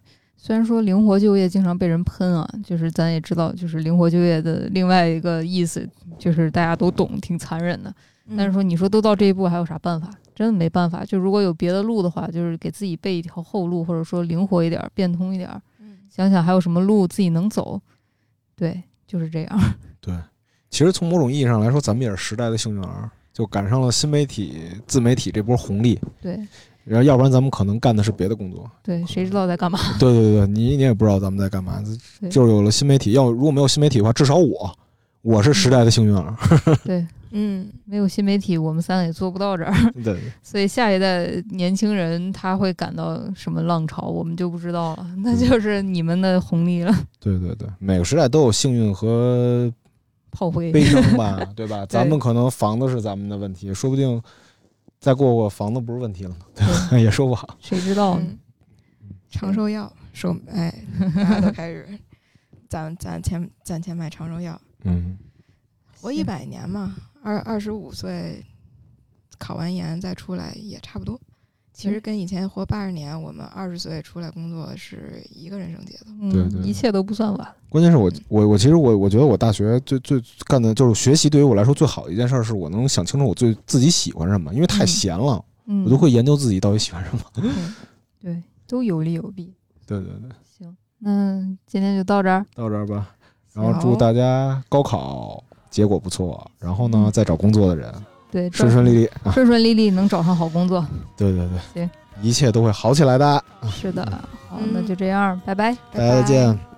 A: 虽然说灵活就业经常被人喷啊，就是咱也知道，就是灵活就业的另外一个意思，就是大家都懂，挺残忍的。但是说你说都到这一步，还有啥办法？真的没办法。就如果有别的路的话，就是给自己备一条后路，或者说灵活一点、变通一点，想想还有什么路自己能走。对，就是这样。对，
B: 其实从某种意义上来说，咱们也是时代的幸运儿，就赶上了新媒体、自媒体这波红利。
A: 对。
B: 然后要不然咱们可能干的是别的工作。
A: 对，谁知道在干嘛？
B: 对对对，你你也不知道咱们在干嘛。就是有了新媒体，要如果没有新媒体的话，至少我我是时代的幸运儿。
A: 嗯、对，嗯，没有新媒体，我们三个也做不到这儿。
B: 对，
A: 所以下一代年轻人他会感到什么浪潮，我们就不知道了。那就是你们的红利了。
B: 对对对，每个时代都有幸运和
A: 炮灰、
B: 悲伤吧，对吧？咱们可能房子是咱们的问题，说不定。再过过房子不是问题了吗？也说不好，
A: 谁知道呢？
C: 嗯、长寿药说，哎，大家都开始攒攒钱攒钱买长寿药。
B: 嗯，
C: 活一百年嘛，二二十五岁考完研再出来也差不多。其实跟以前活八十年，我们二十岁出来工作是一个人生节奏。
A: 嗯，
B: 对对，
A: 一切都不算晚。
B: 关键是我我我其实我我觉得我大学最最干的就是学习，对于我来说最好的一件事是我能想清楚我最自己喜欢什么，因为太闲了，
A: 嗯、
B: 我都会研究自己到底喜欢什么。
A: 嗯、对，都有利有弊。
B: 对对对。
A: 行，那今天就到这儿，
B: 到这儿吧。然后祝大家高考结果不错，然后呢，在找工作的人，
A: 对，
B: 顺顺利利，
A: 顺顺利利能找上好工作。
B: 对对对，
A: 行，
B: 一切都会好起来的。
A: 是的，好，那就这样，拜拜，
B: 大家再见。